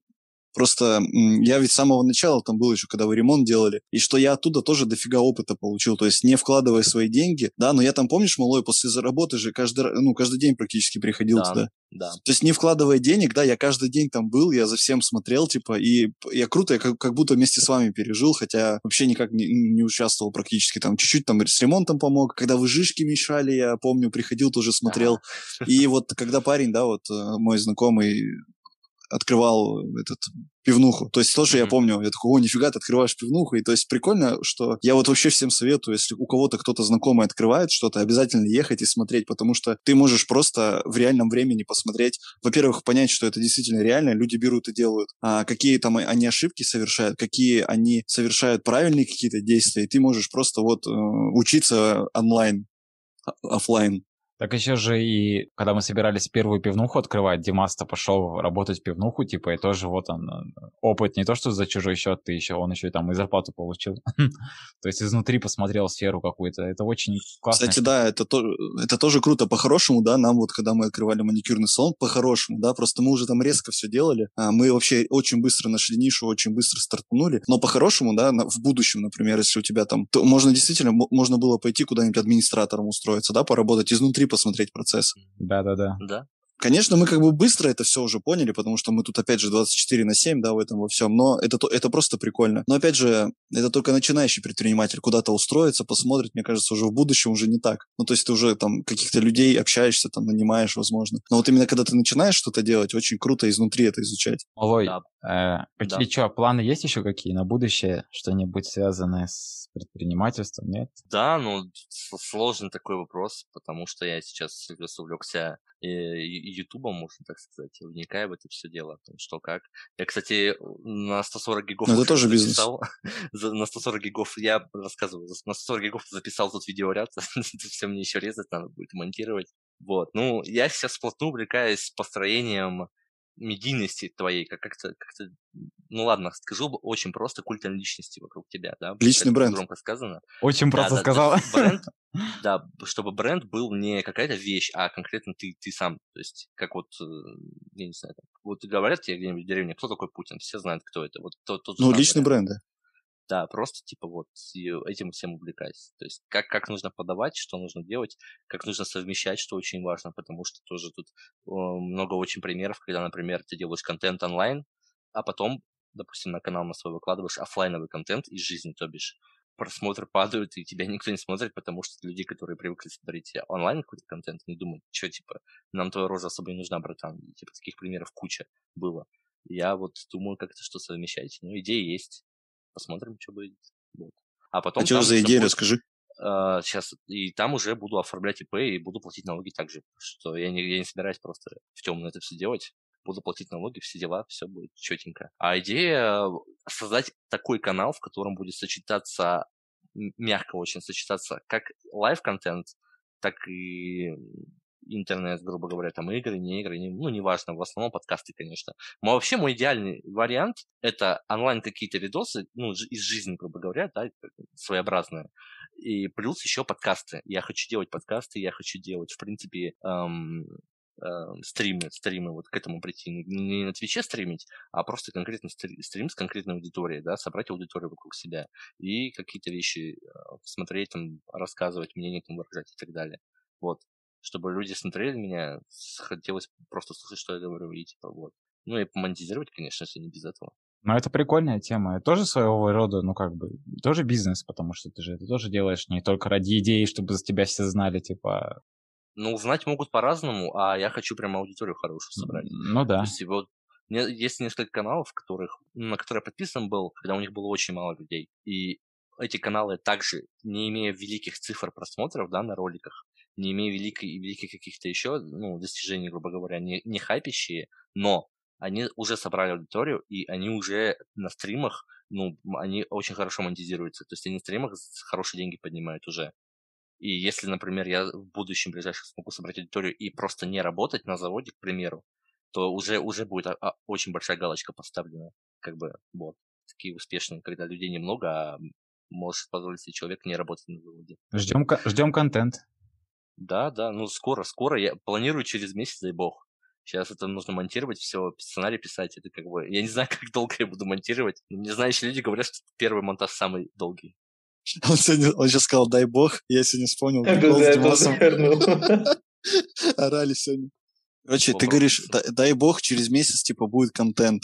просто м, я ведь с самого начала там был еще, когда вы ремонт делали, и что я оттуда тоже дофига опыта получил, то есть не вкладывая свои деньги, да, но я там, помнишь, малой, после за- работы же каждый, ра- ну, каждый день практически приходил Да, туда. да. То есть не вкладывая денег, да, я каждый день там был, я за всем смотрел, типа, и п- я круто, я как, как будто вместе с вами пережил, хотя вообще никак не, не участвовал практически, там, чуть-чуть там с ремонтом помог, когда вы жишки мешали, я помню, приходил, тоже смотрел, Ага. и вот когда парень, да, вот э, мой знакомый открывал этот пивнуху. То есть тоже я Мгм. помню, я такой, о, нифига, ты открываешь пивнуху. И то есть прикольно, что я вот вообще всем советую, если у кого-то кто-то знакомый открывает что-то, обязательно ехать и смотреть, потому что ты можешь просто в реальном времени посмотреть, во-первых, понять, что это действительно реально, люди берут и делают, а какие там они ошибки совершают, какие они совершают правильные какие-то действия, и ты можешь просто вот э, учиться онлайн, а- оффлайн. Так еще же и когда мы собирались первую пивнуху открывать, Димас-то пошел работать в пивнуху, типа, и тоже вот он, э, опыт не то, что за чужой счет, ты еще, он еще и там и зарплату получил. То есть изнутри посмотрел сферу какую-то. Это очень классная Кстати, штука. да, это, то, это тоже круто. По-хорошему, да, нам вот, когда мы открывали маникюрный салон, по-хорошему, да, просто мы уже там резко все делали. А, мы вообще очень быстро нашли нишу, очень быстро стартанули. Но по-хорошему, да, на, в будущем, например, если у тебя там, то можно действительно, м- можно было пойти куда-нибудь администратором устроиться, да, поработать, изнутри изнутри посмотреть процесс. Да-да-да. Да. Конечно, мы как бы быстро это все уже поняли, потому что мы тут, опять же, двадцать четыре на семь, да, в этом во всем, но это, то- это просто прикольно. Но, опять же, это только начинающий предприниматель куда-то устроится, посмотрит, мне кажется, уже в будущем уже не так. Ну, то есть ты уже там каких-то людей общаешься, там, нанимаешь, возможно. Но вот именно когда ты начинаешь что-то делать, очень круто изнутри это изучать. Малой, Да. э, какие Да. что, планы есть еще какие на будущее? Что-нибудь связанное с предпринимательством, нет? Да, ну, с- сложный такой вопрос, потому что я сейчас всерьез увлекся э, ю- ютубом, можно так сказать, и вникаю в это все дело, там, что как. Я, кстати, на сто сорок гигов Но это уже тоже бизнес. записал, за- на сто сорок гигов, я рассказываю, за- на сто сорок гигов записал тут видеоряд, это все мне еще резать надо будет, монтировать. Вот, ну, я сейчас вплотную увлекаюсь построением медийности твоей, как- как-то, как-то, ну ладно, скажу б- очень просто, культом личности вокруг тебя, да, Личный это бренд. громко сказано. Очень Да, просто да, то сказала. есть бренд, да, б- чтобы бренд был не какая-то вещь, а конкретно ты, ты сам. То есть, как вот, э, я не знаю, там, вот говорят тебе где-нибудь в деревне, кто такой Путин, все знают, кто это. Вот тот, тот же Ну, самый личный вариант. бренд, да. Да, просто типа вот и этим всем увлекаюсь. То есть как, как нужно подавать, что нужно делать, как нужно совмещать, что очень важно, потому что тоже тут э, много очень примеров, когда, например, ты делаешь контент онлайн, а потом, допустим, на канал на свой выкладываешь оффлайновый контент из жизни, то бишь просмотры падают, и тебя никто не смотрит, потому что люди, которые привыкли смотреть онлайн какой-то контент, не думают, что, типа, нам твоя рожа особо не нужна, братан. И, типа, таких примеров куча было. Я вот думаю, как-то что совмещать. Ну, идеи есть. Посмотрим, что будет. Вот. А потом А что там за уже идея, будет, расскажи. э, сейчас, и там уже буду оформлять ИП и буду платить налоги также. Что я не, я не собираюсь просто в темную это все делать. Буду платить налоги, все дела, все будет четенько. А идея создать такой канал, в котором будет сочетаться, м- мягко очень сочетаться, как лайв-контент, так и интернет, грубо говоря, там игры, не игры, не, ну, неважно, в основном подкасты, конечно. Но вообще мой идеальный вариант – это онлайн какие-то видосы, ну, ж- из жизни, грубо говоря, да, как своеобразные, и плюс еще подкасты. Я хочу делать подкасты, я хочу делать, в принципе, эм, эм, стримы, стримы, вот к этому прийти. Не не на Твиче стримить, а просто конкретно стри- стрим с конкретной аудиторией, да, собрать аудиторию вокруг себя и какие-то вещи э, смотреть, там, рассказывать, мнение там выражать и так далее. Вот. Чтобы люди смотрели меня, с- хотелось просто слушать, что я говорю, и типа вот. Ну и монетизировать, конечно же, не без этого. Но это прикольная тема. Это тоже своего рода, ну, как бы, тоже бизнес, потому что ты же это тоже делаешь не только ради идеи, чтобы за тебя все знали, типа... Ну, узнать могут по-разному, а я хочу прям аудиторию хорошую собрать. Ну То да. есть вот у меня есть несколько каналов, которых, на которые я подписан был, когда у них было очень мало людей. И эти каналы также, не имея великих цифр просмотров, да, на роликах, не имея великой, великих каких-то еще, ну, достижений, грубо говоря, не, не хайпящие, но они уже собрали аудиторию, и они уже на стримах, ну, м, они очень хорошо монетизируются. То есть они на стримах с- хорошие деньги поднимают уже. И если, например, я в будущем ближайшем смогу собрать аудиторию и просто не работать на заводе, к примеру, то уже, уже будет а, а, очень большая галочка поставлена. Как бы, вот, такие успешные, когда людей немного, а может позволить себе человек не работать на заводе. Ждем, ко- ждем контент. Да, да, ну скоро, скоро. Я планирую через месяц, дай бог. Сейчас это нужно монтировать, все, сценарий писать. Это как бы, я не знаю, как долго я буду монтировать. Но мне знающие люди говорят, что первый монтаж самый долгий. Он сегодня, он сейчас сказал, дай бог. Я сегодня вспомнил Да, прикол с я тоже Димасом. вернул. Орали сегодня. Короче, ты Вопрос. говоришь, «Да- дай бог, через месяц, типа, будет контент.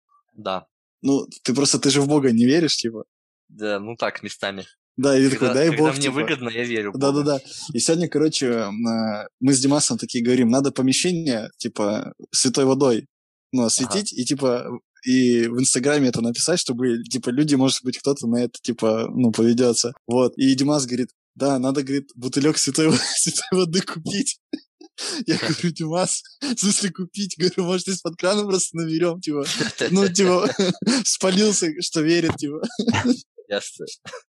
Да, Ну, ты просто, ты же в Бога не веришь, типа. да, ну так, местами. Да, и ты такой, Когда, дай когда бог, мне типа. выгодно, я верю в Бога. Да-да-да. И сегодня, короче, э, мы с Димасом такие говорим, надо помещение, типа, святой водой, ну, осветить, и, типа, и в Инстаграме это написать, чтобы, типа, люди, может быть, кто-то на это, типа, ну, поведется. Вот. И Димас говорит, да, надо, говорит, бутылек святой, во- святой воды купить. Я говорю, Димас, в смысле купить? Говорю, может, из-под крана просто наберем, типа. Ну, типа, спалился, что верит, типа. Ясно.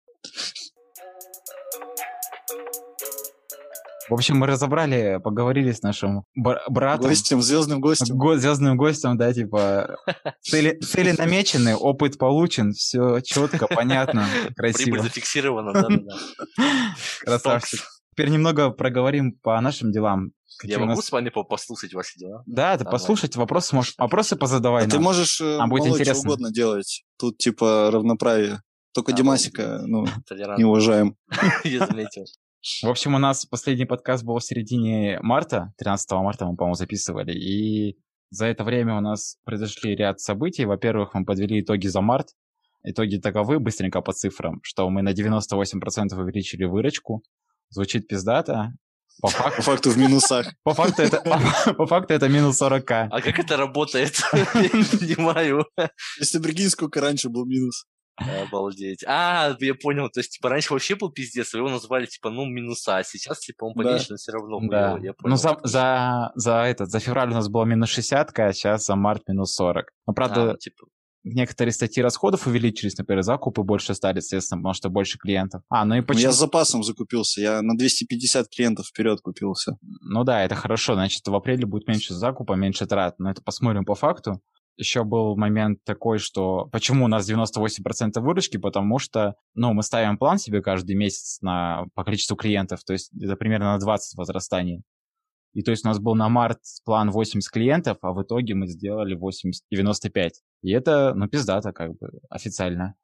В общем, мы разобрали, поговорили с нашим бр- братом, Гостем, звездным гостем. го- звездным гостем, да, типа, цели, цели намечены, опыт получен, все четко, понятно, Прибыль красиво. зафиксирована, да-да-да. Красавчик. Стокс. Теперь немного проговорим по нашим делам. Какие Я у могу нас... с вами по- послушать ваши дела? Да, ты Нормально. послушать, вопросы, можешь, вопросы позадавай А ты нам. можешь, э, Нам будет малой, что интересно. угодно делать. Тут, типа, равноправие. Только А, Димасика, ну, Толерантно. не уважаем. Я заметил. В общем, у нас последний подкаст был в середине марта, тринадцатого марта мы, по-моему, записывали, и за это время у нас произошли ряд событий. Во-первых, мы подвели итоги за март. Итоги таковы, быстренько по цифрам, что мы на девяносто восемь процентов увеличили выручку. Звучит пиздато. По факту, По факту в минусах. по факту это, по, по факту это минус сорок тысяч. А как это работает? Я не понимаю. Если прикинь, сколько раньше был минус. Обалдеть. А, я понял. То есть, типа, раньше вообще был пиздец, а его назвали, типа, ну, минуса. А сейчас, типа, он поменьше, но все равно Да. хуёво. Я Ну, понял. за, за, за, этот, за февраль у нас было минус шестьдесят, а сейчас за март минус сорок. Но, А, правда, ну, типа, некоторые статьи расходов увеличились, например, закупы больше стали, соответственно, потому что больше клиентов. А, ну и Ну, почему? я с запасом закупился. Я на двести пятьдесят клиентов вперед купился. Ну да, это хорошо, значит, в апреле будет меньше закупа, меньше трат, но это посмотрим по факту. Еще был момент такой, что почему у нас девяносто восемь процентов выручки, потому что, ну, мы ставим план себе каждый месяц на, по количеству клиентов, то есть это примерно на двадцать возрастание. И то есть у нас был на март план восемьдесят клиентов, а в итоге мы сделали восемьдесят, девяносто пять. И это, ну, пиздато как бы официально.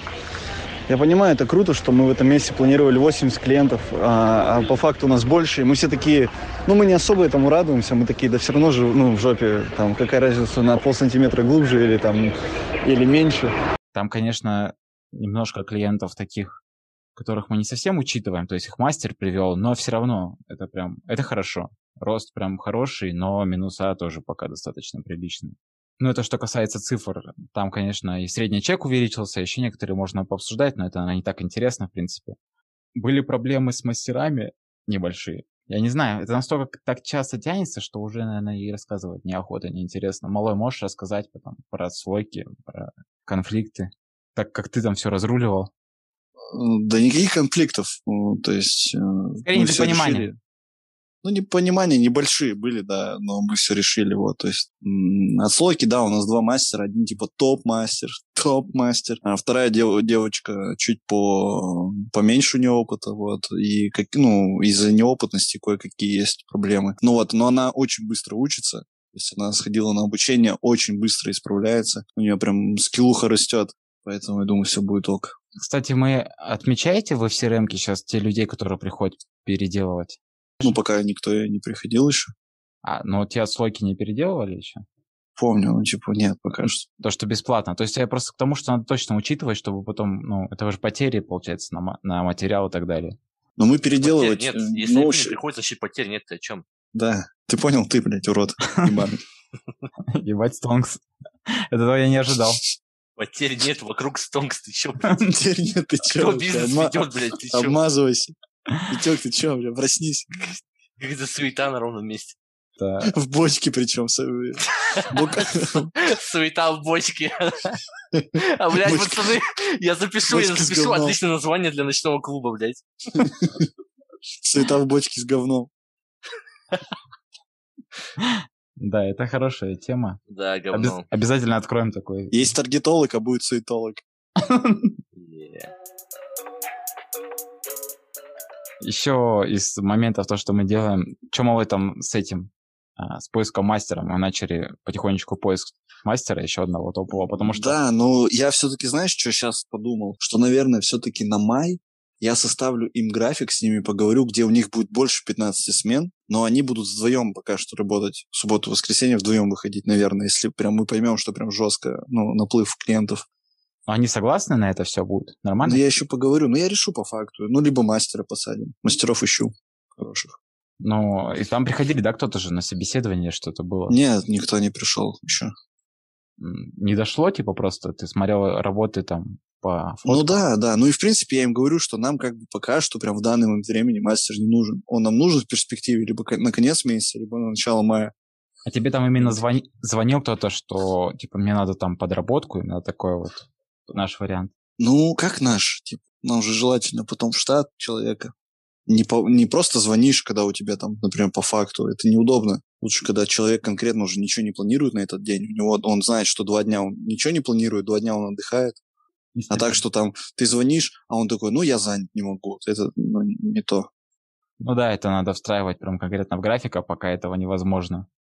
Я понимаю, это круто, что мы в этом месяце планировали восемьдесят клиентов, а, а по факту у нас больше, и мы все такие, ну, мы не особо этому радуемся, мы такие, да все равно же, ну, в жопе, там, какая разница, на полсантиметра глубже или там, или меньше. Там, конечно, немножко клиентов таких, которых мы не совсем учитываем, то есть их мастер привел, но все равно это прям, это хорошо. Рост прям хороший, но минуса тоже пока достаточно приличные. Ну, это что касается цифр. Там, конечно, и средний чек увеличился, еще некоторые можно пообсуждать, но это, наверное, не так интересно, в принципе. Были проблемы с мастерами небольшие. Я не знаю, это настолько так часто тянется, что уже, наверное, и рассказывать неохота, неинтересно. Малой, можешь рассказать потом про отслойки, про конфликты, так как ты там все разруливал? Да никаких конфликтов. Ну, то есть... Скорее, непонимание. Ну, непонимания небольшие были, да, но мы все решили, вот, то есть м- отслойки, да, у нас два мастера, один типа топ-мастер, топ-мастер, а вторая дев- девочка чуть по поменьше у нее опыта, вот, и, как, ну, из-за неопытности кое-какие есть проблемы, ну вот, но она очень быстро учится, то есть она сходила на обучение, очень быстро исправляется, у нее прям скиллуха растет, поэтому я думаю, все будет ок. Кстати, мы отмечаете вы в си эр эм-ке сейчас те людей, которые приходят переделывать? Ну, пока никто не приходил еще. А, ну те отслойки не переделывали еще? Помню, ну, типа, нет, пока что. То, что бесплатно. То есть я просто к тому, что надо точно учитывать, чтобы потом, ну, это уже потери, получается, на, на материал и так далее. Но мы переделывать... Потерь нет, если ну, не приходит, значит потерь нет, ты о чем? Да, ты понял, ты, блядь, урод. Ебать, Стонгс. Этого я не ожидал. Потерь нет, вокруг Стонгс, ты чё, блядь? Потерь нет, ты чё? Кто бизнес ведет, блядь, ты чё? Обмазывайся. Витёк, ты чё, блядь, проснись. Какая-то суета на ровном месте. Да. В бочке причем. Суета в бочке. А, блядь, пацаны, я запишу, я запишу отличное название для ночного клуба, блядь. Суета в бочке с говном. Да, это хорошая тема. Да, говно. Обяз- обязательно откроем такой. Есть таргетолог, а будет суетолог. Yeah. Еще из моментов, то, что мы делаем, что мы в этом с этим, а, с поиском мастера, мы начали потихонечку поиск мастера еще одного топового, потому что... Да, но я все-таки, знаешь, что сейчас подумал? Что, наверное, все-таки на май я составлю им график, с ними поговорю, где у них будет больше пятнадцати смен, но они будут вдвоем пока что работать. В субботу-воскресенье вдвоем выходить, наверное, если прям мы поймем, что прям жестко, ну, наплыв клиентов. Они согласны на это все будет? Нормально? Ну, я еще поговорю. Ну, я решу по факту. Ну, либо мастера посадим. Мастеров ищу хороших. Ну, и там приходили, да, кто-то же на собеседование что-то было? Нет, никто не пришел еще. Не дошло, типа, просто ты смотрел работы там по фоткам? Ну, да, да. Ну, и, в принципе, я им говорю, что нам как бы пока что прям в данный момент времени мастер не нужен. Он нам нужен в перспективе либо на конец месяца, либо на начало мая. А тебе там именно звони... звонил кто-то, что, типа, мне надо там подработку, именно такой вот наш вариант? Ну, как наш? Типа, нам же желательно потом в штат человека. Не, по, не просто звонишь, когда у тебя там, например, по факту. Это неудобно. Лучше, когда человек конкретно уже ничего не планирует на этот день. У него, он знает, что два дня он ничего не планирует, два дня он отдыхает. А так, что там ты звонишь, а он такой, ну, я занят, не могу. Это ну, не то. Ну да, это надо встраивать прям конкретно в график, а пока этого невозможно.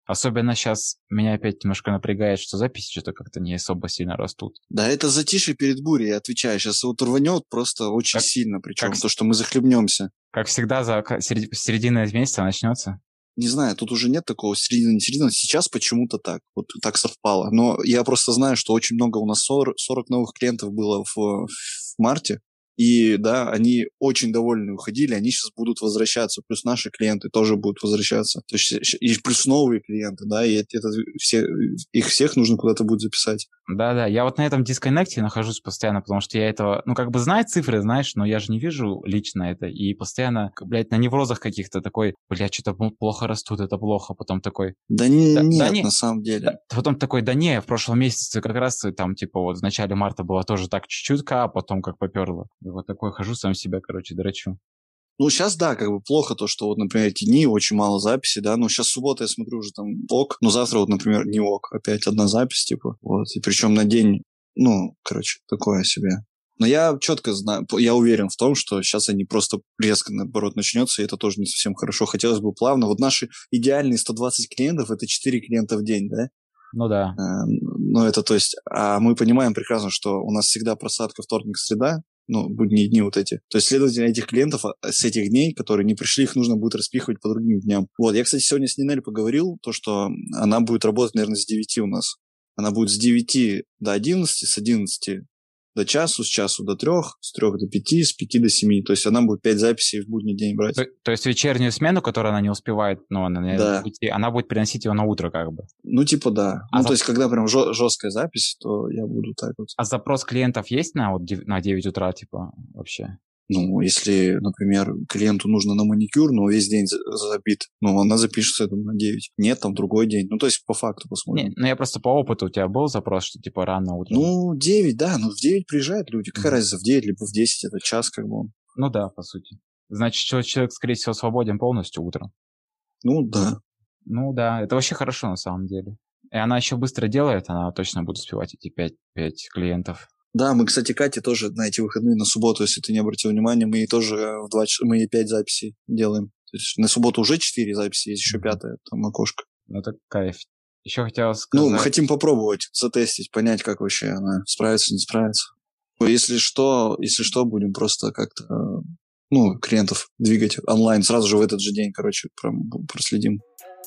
Особенно сейчас меня опять немножко напрягает, что записи что-то как-то не особо сильно растут. Да, это затишье перед бурей, я отвечаю. Сейчас вот рванет просто очень Как- сильно, причем как- то, что мы захлебнемся. Как всегда, за ка- серед- середина месяца начнется. Не знаю, тут уже нет такого середины, не середины. Сейчас почему-то так, вот так совпало. Но я просто знаю, что очень много у нас сорок, сорок новых клиентов было в, в марте. И да, они очень довольны уходили, они сейчас будут возвращаться. Плюс наши клиенты тоже будут возвращаться. То есть щ- и плюс новые клиенты, да, и это, это все, их всех нужно куда-то будет записать. Да-да, я вот на этом дисконнекте нахожусь постоянно, потому что я этого, ну, как бы знаю цифры, знаешь, но я же не вижу лично это, и постоянно, к- блядь, на неврозах каких-то такой, блядь, что-то м- плохо растут, это плохо, потом такой, Да, не- Да- да нет, не- на самом деле. да, потом такой, да не, в прошлом месяце как раз там, типа, вот в начале марта было тоже так чуть-чуть, а потом как поперло. И вот такой хожу, сам себя, короче, драчу. Ну, сейчас, да, как бы плохо то, что вот, например, эти дни очень мало записи, да, ну, сейчас суббота, я смотрю, уже там ок, но завтра вот, например, не ок, опять одна запись, типа, вот, и причем на день, ну, короче, такое себе. Но я четко знаю, я уверен в том, что сейчас они просто резко, наоборот, начнется, и это тоже не совсем хорошо. Хотелось бы плавно. Вот наши идеальные сто двадцать клиентов – это четыре клиента в день, да? Ну да. Э, Ну, это то есть, а мы понимаем прекрасно, что у нас всегда просадка вторник-среда, ну, будние дни вот эти. То есть, следовательно, этих клиентов а, с этих дней, которые не пришли, их нужно будет распихивать по другим дням. Вот, я, кстати, сегодня с Нинель поговорил, то, что она будет работать, наверное, с девяти у нас. Она будет с девяти до одиннадцати, с одиннадцати до часу, с часу до трех, с трех до пяти, с пяти до семи. То есть, она будет пять записей в будний день брать. То, то есть вечернюю смену, которую она не успевает, ну, она, наверное, Да. уйти, она будет переносить ее на утро, как бы. Ну, типа, да. А ну, за- то есть, когда прям жё- жесткая запись, то я буду так вот. А запрос клиентов есть на, вот, дев- на девять утра, типа, вообще? Ну, если, например, клиенту нужно на маникюр, но весь день за- забит, ну, она запишется, я думаю, на девять. Нет, там другой день. Ну, то есть, по факту посмотрим. Не, ну, я просто по опыту, у тебя был запрос, что, типа, рано утром? Ну, девять, да, ну, в девять приезжают люди. Какая Мгм. разница, в девять либо в десять, это час, как бы он. Ну да, по сути. Значит, что человек, скорее всего, свободен полностью утром. Ну, да. Ну да, это вообще хорошо на самом деле. И она еще быстро делает, она точно будет успевать эти пять, пять клиентов. Да, мы, кстати, Кате тоже на эти выходные, на субботу, если ты не обратил внимания, мы ей тоже в два часа, мы ей пять записей делаем. То есть на субботу уже четыре записи, есть еще Мгм. пятая, там окошко. Ну это кайф. Еще хотел сказать... Ну, мы хотим попробовать, затестить, понять, как вообще она справится, не справится. Ну, Если что, если что, будем просто как-то, э, ну, клиентов двигать онлайн сразу же в этот же день, короче, прям проследим.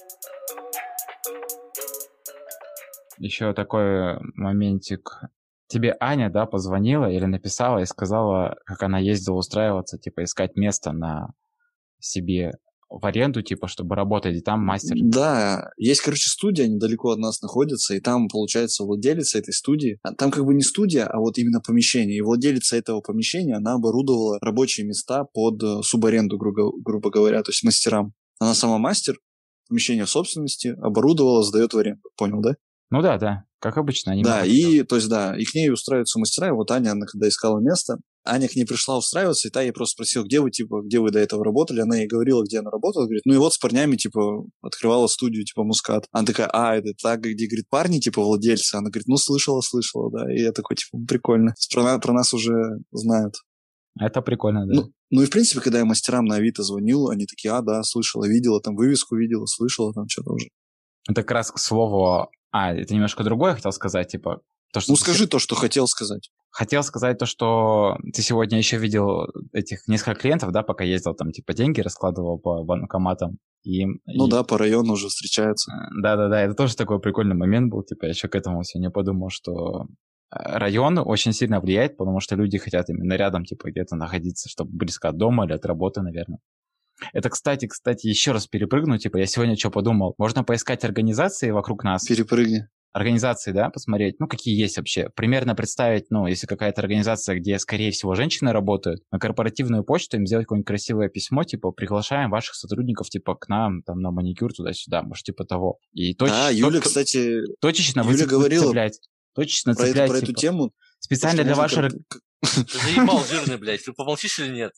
Еще такой моментик. Тебе Аня, да, позвонила или написала и сказала, как она ездила устраиваться, типа, искать место на себе в аренду, типа, чтобы работать, и там мастер. Да, есть, короче, студия недалеко от нас находится, и там, получается, владелица этой студии, а там как бы не студия, а вот именно помещение, и владелица этого помещения, она оборудовала рабочие места под э, субаренду, грубо, грубо говоря, то есть мастерам. Она сама мастер, помещение в собственности, оборудовала, сдает в аренду, понял, да? Ну да, да, как обычно. Они Да, могут и, то есть, да, и к ней устраиваются мастера, и вот Аня, она когда искала место, Аня к ней пришла устраиваться, и та ей просто спросила, где вы, типа, где вы до этого работали, она ей говорила, где она работала, говорит, ну и вот с парнями, типа, открывала студию, типа, Мускат. Она такая, а, это так, где, говорит, парни, типа, владельцы? Она говорит, ну, слышала, слышала, да, и я такой, типа, прикольно. То есть Про, на- про нас уже знают. Это прикольно, да. Ну, ну и, в принципе, когда я мастерам на Авито звонил, они такие, а, да, слышала, видела, там, вывеску видела, слышала, там, что-то уже. Это как раз к слову... А, это немножко другое хотел сказать, типа... То, что Ну, ты скажи то, что хотел сказать. Хотел сказать то, что ты сегодня еще видел этих несколько клиентов, да, пока ездил, там, типа, деньги раскладывал по банкоматам. И, Ну и- да, по району уже встречаются. Да-да-да, это тоже такой прикольный момент был. Типа, я еще к этому сегодня подумал, что э, район очень сильно влияет, потому что люди хотят именно рядом, типа, где-то находиться, чтобы близко от дома или от работы, наверное. Это, кстати, кстати, еще раз перепрыгну, типа, я сегодня что подумал, можно поискать организации вокруг нас, Перепрыгни. организации, да, посмотреть, ну, какие есть вообще. Примерно представить, ну, если какая-то организация, где, скорее всего, женщины работают, на корпоративную почту им сделать какое-нибудь красивое письмо, типа, приглашаем ваших сотрудников, типа, к нам, там, на маникюр, туда-сюда, может, типа того. И точ... Да, Юля, то- кстати, точечно Юля выцеп- говорила выцеплять. Точечно про, это- цеплять, про эту типа, тему. специально что для можно вашей... кор- орг- к- Ты заебал, жирный, блядь. Ты помолчишь или нет?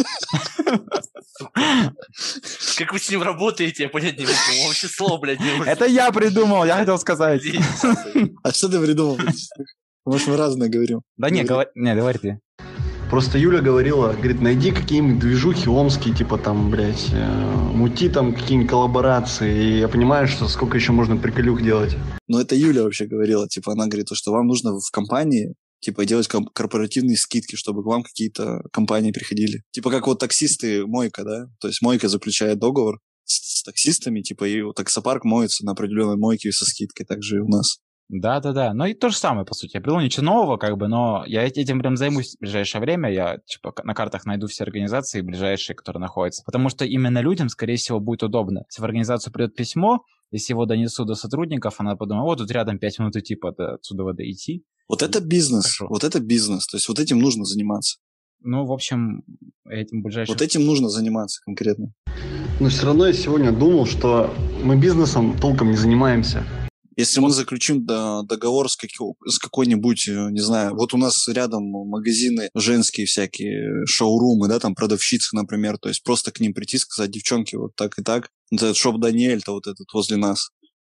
Как вы с ним работаете, я понять не могу. Он вообще слово, блядь, не может. Это я придумал, я хотел сказать. А что ты придумал? Может, мы разное говорим. Да не, Говори. говори, не, говори ты. Просто Юля говорила, говорит, найди какие-нибудь движухи омские, типа там, блядь, э, мути там какие-нибудь коллаборации. И я понимаю, что сколько еще можно приколюх делать. Но это Юля вообще говорила, типа, она говорит, что вам нужно в компании, типа, делать ком- корпоративные скидки, чтобы к вам какие-то компании приходили. Типа, как вот таксисты Мойка, да? То есть Мойка заключает договор с, с таксистами, типа, и вот таксопарк моется на определенной мойке со скидкой, так же и у нас. Да-да-да, ну и то же самое, по сути. Я придумал ничего нового, как бы, но я этим прям займусь в ближайшее время. Я, типа, на картах найду все организации ближайшие, которые находятся. Потому что именно людям, скорее всего, будет удобно. Если в организацию придет письмо, если его донесут до сотрудников, она подумает, вот тут рядом пять минут идти, до, отсюда вода идти. Вот это бизнес, Хорошо. вот это бизнес. То есть вот этим нужно заниматься. Ну, в общем, этим ближайшим... Вот этим нужно заниматься конкретно. Но все равно я сегодня думал, что мы бизнесом толком не занимаемся. Если мы заключим договор с, какой- с какой-нибудь, э, не знаю, вот у нас рядом магазины женские всякие, шоурумы, да, там продавщицы, например, то есть просто к ним прийти, сказать, девчонки, вот так и так, вот этот шоп Даниэль-то вот этот возле нас.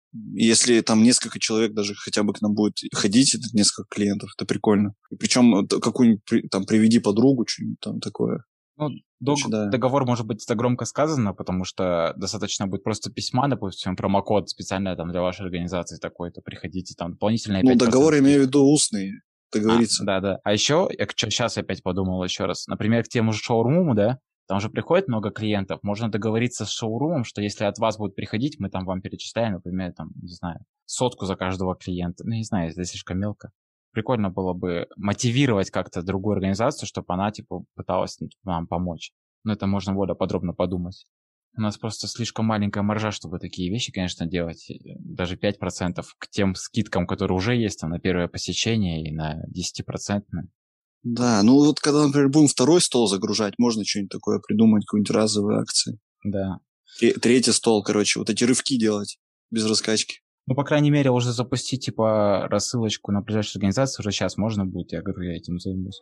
И если там несколько человек даже хотя бы к нам будет ходить, это несколько клиентов, это прикольно. И причем какую-нибудь, при- там, приведи подругу, что-нибудь там такое. Ну, дог- Короче, да. договор, может быть, это громко сказано, потому что достаточно будет просто письма, допустим, промокод специально там для вашей организации такой-то, приходите, там дополнительные Ну, пять процентов договор имею в скидка. виду устный, договориться. А, да-да. А еще, я сейчас опять подумал еще раз, например, к тему же шоуруму, да, там же приходит много клиентов, можно договориться с шоурумом, что если от вас будут приходить, мы там вам перечисляем, например, там, не знаю, сотку за каждого клиента. Ну, не знаю, это слишком мелко. Прикольно было бы мотивировать как-то другую организацию, чтобы она, типа, пыталась нам помочь. Но это можно более подробно подумать. У нас просто слишком маленькая маржа, чтобы такие вещи, конечно, делать. Даже пять процентов к тем скидкам, которые уже есть там, на первое посещение и на десять процентов. Да, ну вот когда, например, будем второй стол загружать, можно что-нибудь такое придумать, какую-нибудь разовую акцию. Да. Тре- Третий стол, короче, вот эти рывки делать без раскачки. Ну, по крайней мере, уже запустить, типа, рассылочку на ближайшую организацию уже сейчас можно будет. Я говорю, я этим займусь.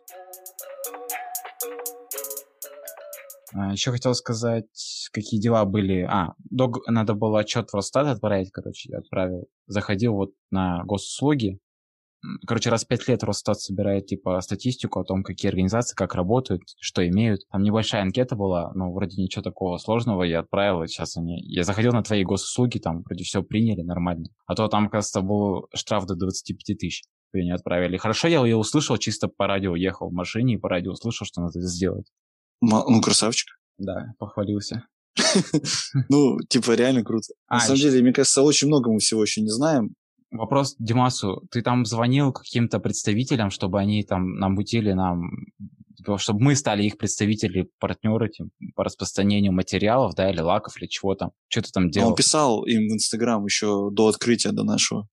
А, еще хотел сказать, какие дела были. А, дог... надо было отчет в Росстат отправить, короче, я отправил. Заходил вот на госуслуги. М, Короче, раз в пять лет Росстат собирает, типа, статистику о том, какие организации, как работают, что имеют. Там небольшая анкета была, но вроде ничего такого сложного. Я отправил, и сейчас они... Я заходил на твои госуслуги, там вроде все приняли нормально. А то там, кажется, был штраф до двадцати пяти тысяч. Не отправили. Хорошо, я ее услышал, чисто по радио ехал в машине, и по радио услышал, что надо это сделать. Ма- Ну, красавчик. Да, похвалился. Ну, типа, реально круто. На А, самом еще деле, мне кажется, очень много мы всего еще не знаем. вопрос Димасу. Ты там звонил каким-то представителям, чтобы они там намутили нам, типа, чтобы мы стали их представители, партнеры типа, по распространению материалов, да, или лаков, или чего там. Что ты там Но он делал? писал им в Инстаграм еще до открытия, до нашего.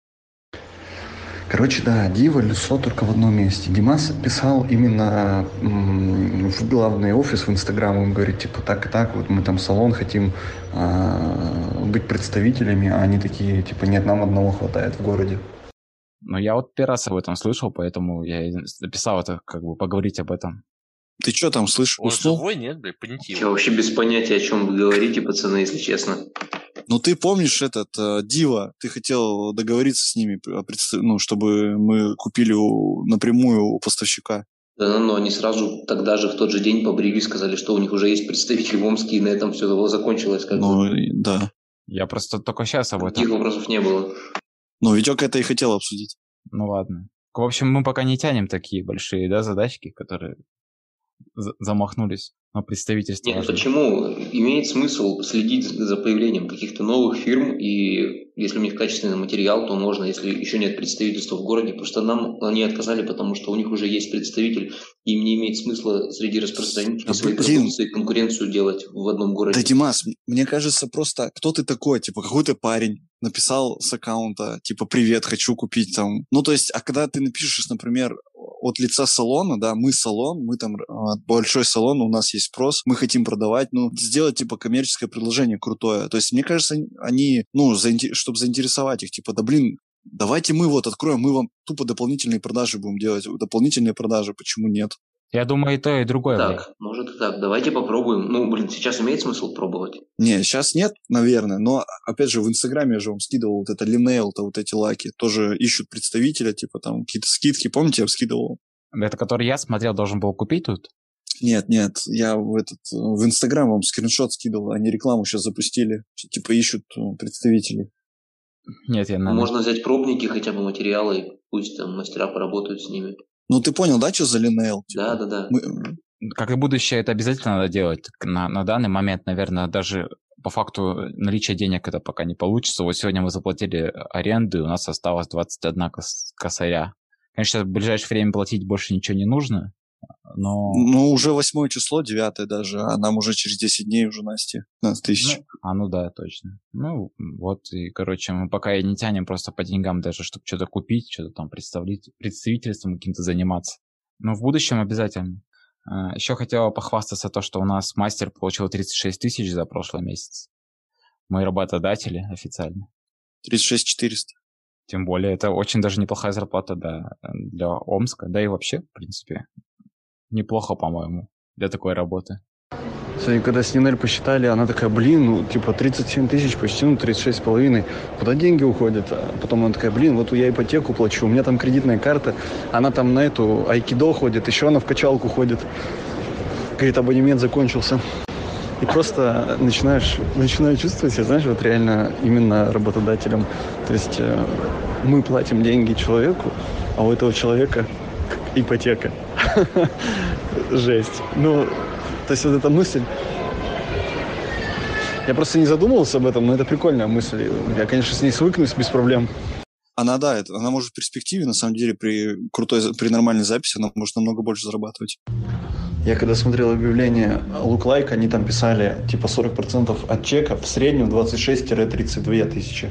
Короче, да, Дива, Люсо только в одном месте. Димас писал именно м, в главный офис в Инстаграм. Он говорит, типа, так и так, вот мы там салон хотим а, быть представителями, а они такие, типа, нет, нам одного хватает в городе. Ну, я вот первый раз об этом слышал, поэтому я и написал это, как бы, поговорить об этом. Ты что там слышишь? Он Уснул? живой, нет, блядь, понятие. Я вообще без понятия, о чем вы говорите, пацаны, если честно. Ну, ты помнишь этот э, Дива? Ты хотел договориться с ними, о предста- ну, чтобы мы купили у- напрямую у поставщика. Да, но они сразу тогда же, в тот же день побрили, сказали, что у них уже есть представитель в Омске, и на этом все закончилось. Как Ну, бы. и- да. Я просто только сейчас об этом. Никаких вопросов не было. Ну, Витек это и хотел обсудить. Ну, ладно. В общем, мы пока не тянем такие большие, да, задачки, которые за- замахнулись на представительство. Нет, важное. почему? Имеет смысл следить за появлением каких-то новых фирм, и если у них качественный материал, то можно, если еще нет представительства в городе, потому что нам они отказали, потому что у них уже есть представитель, и им не имеет смысла среди распространителей Да, своей блин. продукции конкуренцию делать в одном городе. Да, Димас, м- мне кажется, просто кто ты такой? Типа, какой-то парень написал с аккаунта, типа, привет, хочу купить там. Ну, то есть, а когда ты напишешь, например, от лица салона, да, мы салон, мы там а, большой салон, у нас есть спрос, мы хотим продавать, ну, сделать, типа, коммерческое предложение крутое. То есть, мне кажется, они, ну, заинте- чтобы заинтересовать их, типа, да, блин, давайте мы вот откроем, мы вам тупо дополнительные продажи будем делать. Дополнительные продажи, почему нет? Я думаю, и то, и другое. блин. Так, может и так. Давайте попробуем. Ну, блин, сейчас имеет смысл пробовать? Не, сейчас нет, наверное, но, опять же, в Инстаграме я же вам скидывал вот это Linnell-то, вот эти лаки, тоже ищут представителя, типа там какие-то скидки, помните, я вам скидывал? Это который я смотрел, должен был купить тут? Нет, нет, я в этот в Инстаграм вам скриншот скидывал, они рекламу сейчас запустили, типа ищут э, представителей. Нет, я на... Можно взять пробники, хотя бы материалы, и пусть там мастера поработают с ними. Ну ты понял, да, что за Линейл? Да, да, да. Мы... Как и будущее, это обязательно надо делать. На, на данный момент, наверное, даже по факту наличия денег это пока не получится. Вот сегодня мы заплатили аренду, и у нас осталось двадцать одна кос- косаря. Конечно, в ближайшее время платить больше ничего не нужно, но... Ну, уже восьмое число, девятое даже, а нам уже через десять дней уже, Настя, пятнадцать тысяч. Ну, а, ну да, точно. Ну, вот, и, короче, мы пока и не тянем просто по деньгам даже, чтобы что-то купить, что-то там представить, представительством каким-то заниматься. Но в будущем обязательно. А, еще хотела похвастаться то, что у нас мастер получил тридцать шесть тысяч за прошлый месяц. Мы работодатели официально. тридцать шесть четыреста. Тем более, это очень даже неплохая зарплата, да, для Омска, да и вообще, в принципе, неплохо, по-моему, для такой работы. Сегодня, когда с Нинель посчитали, она такая, блин, ну, типа, тридцать семь тысяч почти, ну, тридцать шесть с половиной. Куда деньги уходят? А потом она такая, блин, вот я ипотеку плачу, у меня там кредитная карта, она там на эту айкидо ходит, еще она в качалку ходит. Говорит, абонемент закончился. И просто начинаешь, начинаю чувствовать себя, знаешь, вот реально именно работодателем. То есть э, мы платим деньги человеку, а у этого человека ипотека. Жесть. Ну, то есть вот эта мысль... Я просто не задумывался об этом, но это прикольная мысль. Я, конечно, с ней свыкнусь без проблем. Она, да, это, она может в перспективе, на самом деле, при крутой, при нормальной записи, она может намного больше зарабатывать. Я когда смотрел объявление Look Like, они там писали типа сорок процентов от чека, в среднем двадцать шесть - тридцать две тысячи.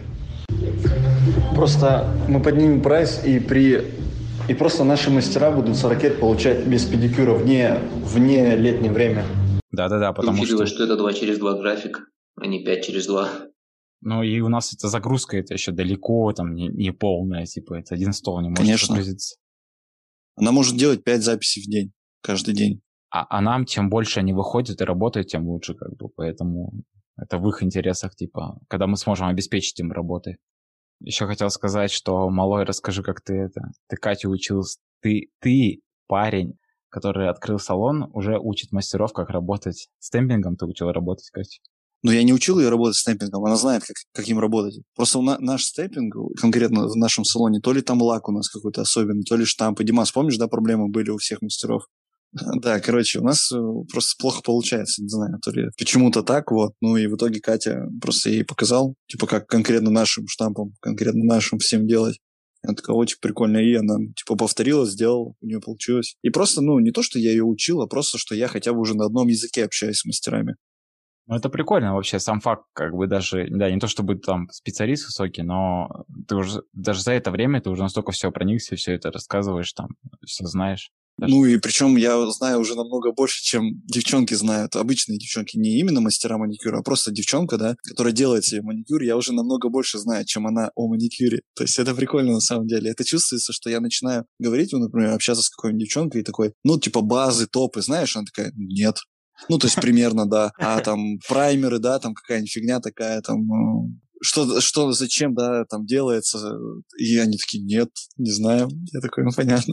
Просто мы поднимем прайс, и при и просто наши мастера будут сорок получать без педикюра вне, вне летнее время. Да-да-да, потому Учитывая, что... что это два через два график, а не пять через два. Ну и у нас эта загрузка, это еще далеко, там, не, не полная, типа, это один стол не может Конечно. загрузиться. Она может делать пять записей в день, каждый день. А, а нам, чем больше они выходят и работают, тем лучше, как бы, поэтому это в их интересах, типа, когда мы сможем обеспечить им работы. Еще хотел сказать, что, малой, расскажи, как ты это... Ты Катю учил... Ты, ты, парень, который открыл салон, уже учит мастеров, как работать. Стемпингом ты учил работать, Катя? Но я не учил ее работать стемпингом, она знает, как, как им работать. Просто у на, наш стемпинг, конкретно в нашем салоне, то ли там лак у нас какой-то особенный, то ли штампы. Димас, помнишь, да, проблемы были у всех мастеров? Да, короче, у нас просто плохо получается, не знаю, то ли почему-то так, вот. Ну и в итоге Катя просто ей показал, типа, как конкретно нашим штампом, конкретно нашим всем делать. Она такая, очень прикольно, и она, типа, повторила, сделала, у нее получилось. И просто, ну, не то, что я ее учил, а просто, что я хотя бы уже на одном языке общаюсь с мастерами. Ну, это прикольно вообще, сам факт, как бы даже, да, не то чтобы там специалист высокий, но ты уже, даже за это время ты уже настолько все проникся, все это рассказываешь, там, все знаешь. Даже... Ну и причем я знаю уже намного больше, чем девчонки знают. Обычные девчонки, не именно мастера маникюра, а просто девчонка, да, которая делает себе маникюр, я уже намного больше знаю, чем она о маникюре. То есть это прикольно на самом деле. Это чувствуется, что я начинаю говорить, ну, например, общаться с какой-нибудь девчонкой и такой, ну, типа базы, топы, знаешь, она такая, нет. Ну, то есть примерно, да. А там праймеры, да, там какая-нибудь фигня такая, там... Что, что, зачем, да, там делается. И они такие, нет, не знаю. Я такой, ну, понятно.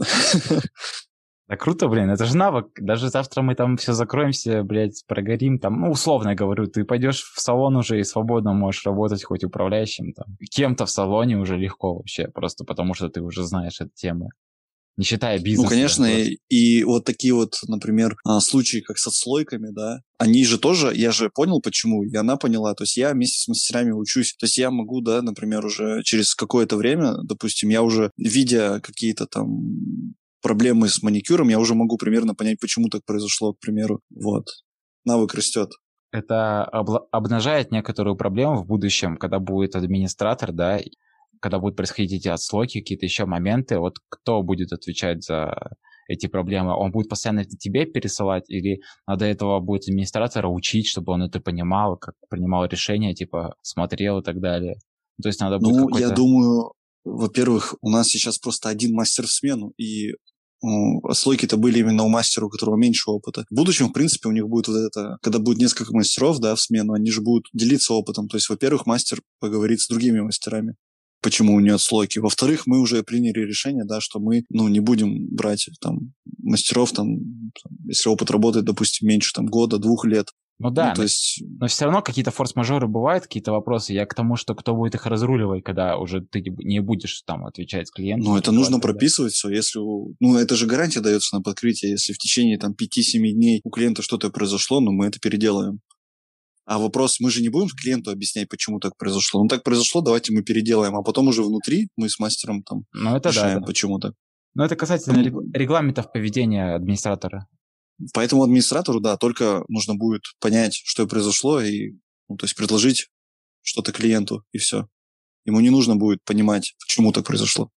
Да круто, блин, это же навык. Даже завтра мы там все закроемся, блядь, прогорим там. Ну, условно говорю, ты пойдешь в салон уже и свободно можешь работать хоть управляющим там. Кем-то в салоне уже легко вообще, просто потому что ты уже знаешь эту тему. Не считая бизнеса. Ну, конечно, да, и, и вот такие вот, например, случаи, как с отслойками, да, они же тоже, я же понял, почему, и она поняла, то есть я вместе с мастерами учусь, то есть я могу, да, например, уже через какое-то время, допустим, я уже, видя какие-то там проблемы с маникюром, я уже могу примерно понять, почему так произошло, к примеру, вот, навык растет. Это обла- обнажает некоторую проблему в будущем, когда будет администратор, да, когда будут происходить эти отслойки, какие-то еще моменты, вот кто будет отвечать за эти проблемы? Он будет постоянно это тебе пересылать или надо этого будет администратора учить, чтобы он это понимал, как принимал решения, типа смотрел и так далее? То есть надо будет Ну, какой-то... я думаю, во-первых, у нас сейчас просто один мастер в смену, и отслойки-то были именно у мастера, у которого меньше опыта. В будущем, в принципе, у них будет вот это, когда будет несколько мастеров, да, в смену, они же будут делиться опытом. То есть, во-первых, мастер поговорит с другими мастерами, почему у нее отслойки. Во-вторых, мы уже приняли решение, да, что мы, ну, не будем брать там мастеров, там, там, если опыт работает, допустим, меньше там года, двух лет. Ну да, ну, то но, есть... но все равно какие-то форс-мажоры бывают, какие-то вопросы. Я к тому, что кто будет их разруливать, когда уже ты не будешь там отвечать клиенту. Ну, это нужно прописывать все. Если, ну, это же гарантия дается на подкрытие. Если в течение там пяти-семи дней у клиента что-то произошло, ну, мы это переделаем. А вопрос, мы же не будем клиенту объяснять, почему так произошло. Ну, так произошло, давайте мы переделаем. А потом уже внутри мы с мастером там ну, это решаем, да, да. почему так. Ну, это касательно ну, регламентов поведения администратора. Поэтому администратору, да, только нужно будет понять, что произошло, и, ну, то есть предложить что-то клиенту, и все. Ему не нужно будет понимать, почему так произошло.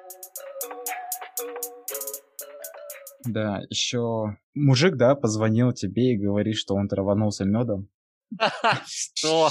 Да, еще мужик, да, позвонил тебе и говорит, что он траванулся медом. Что?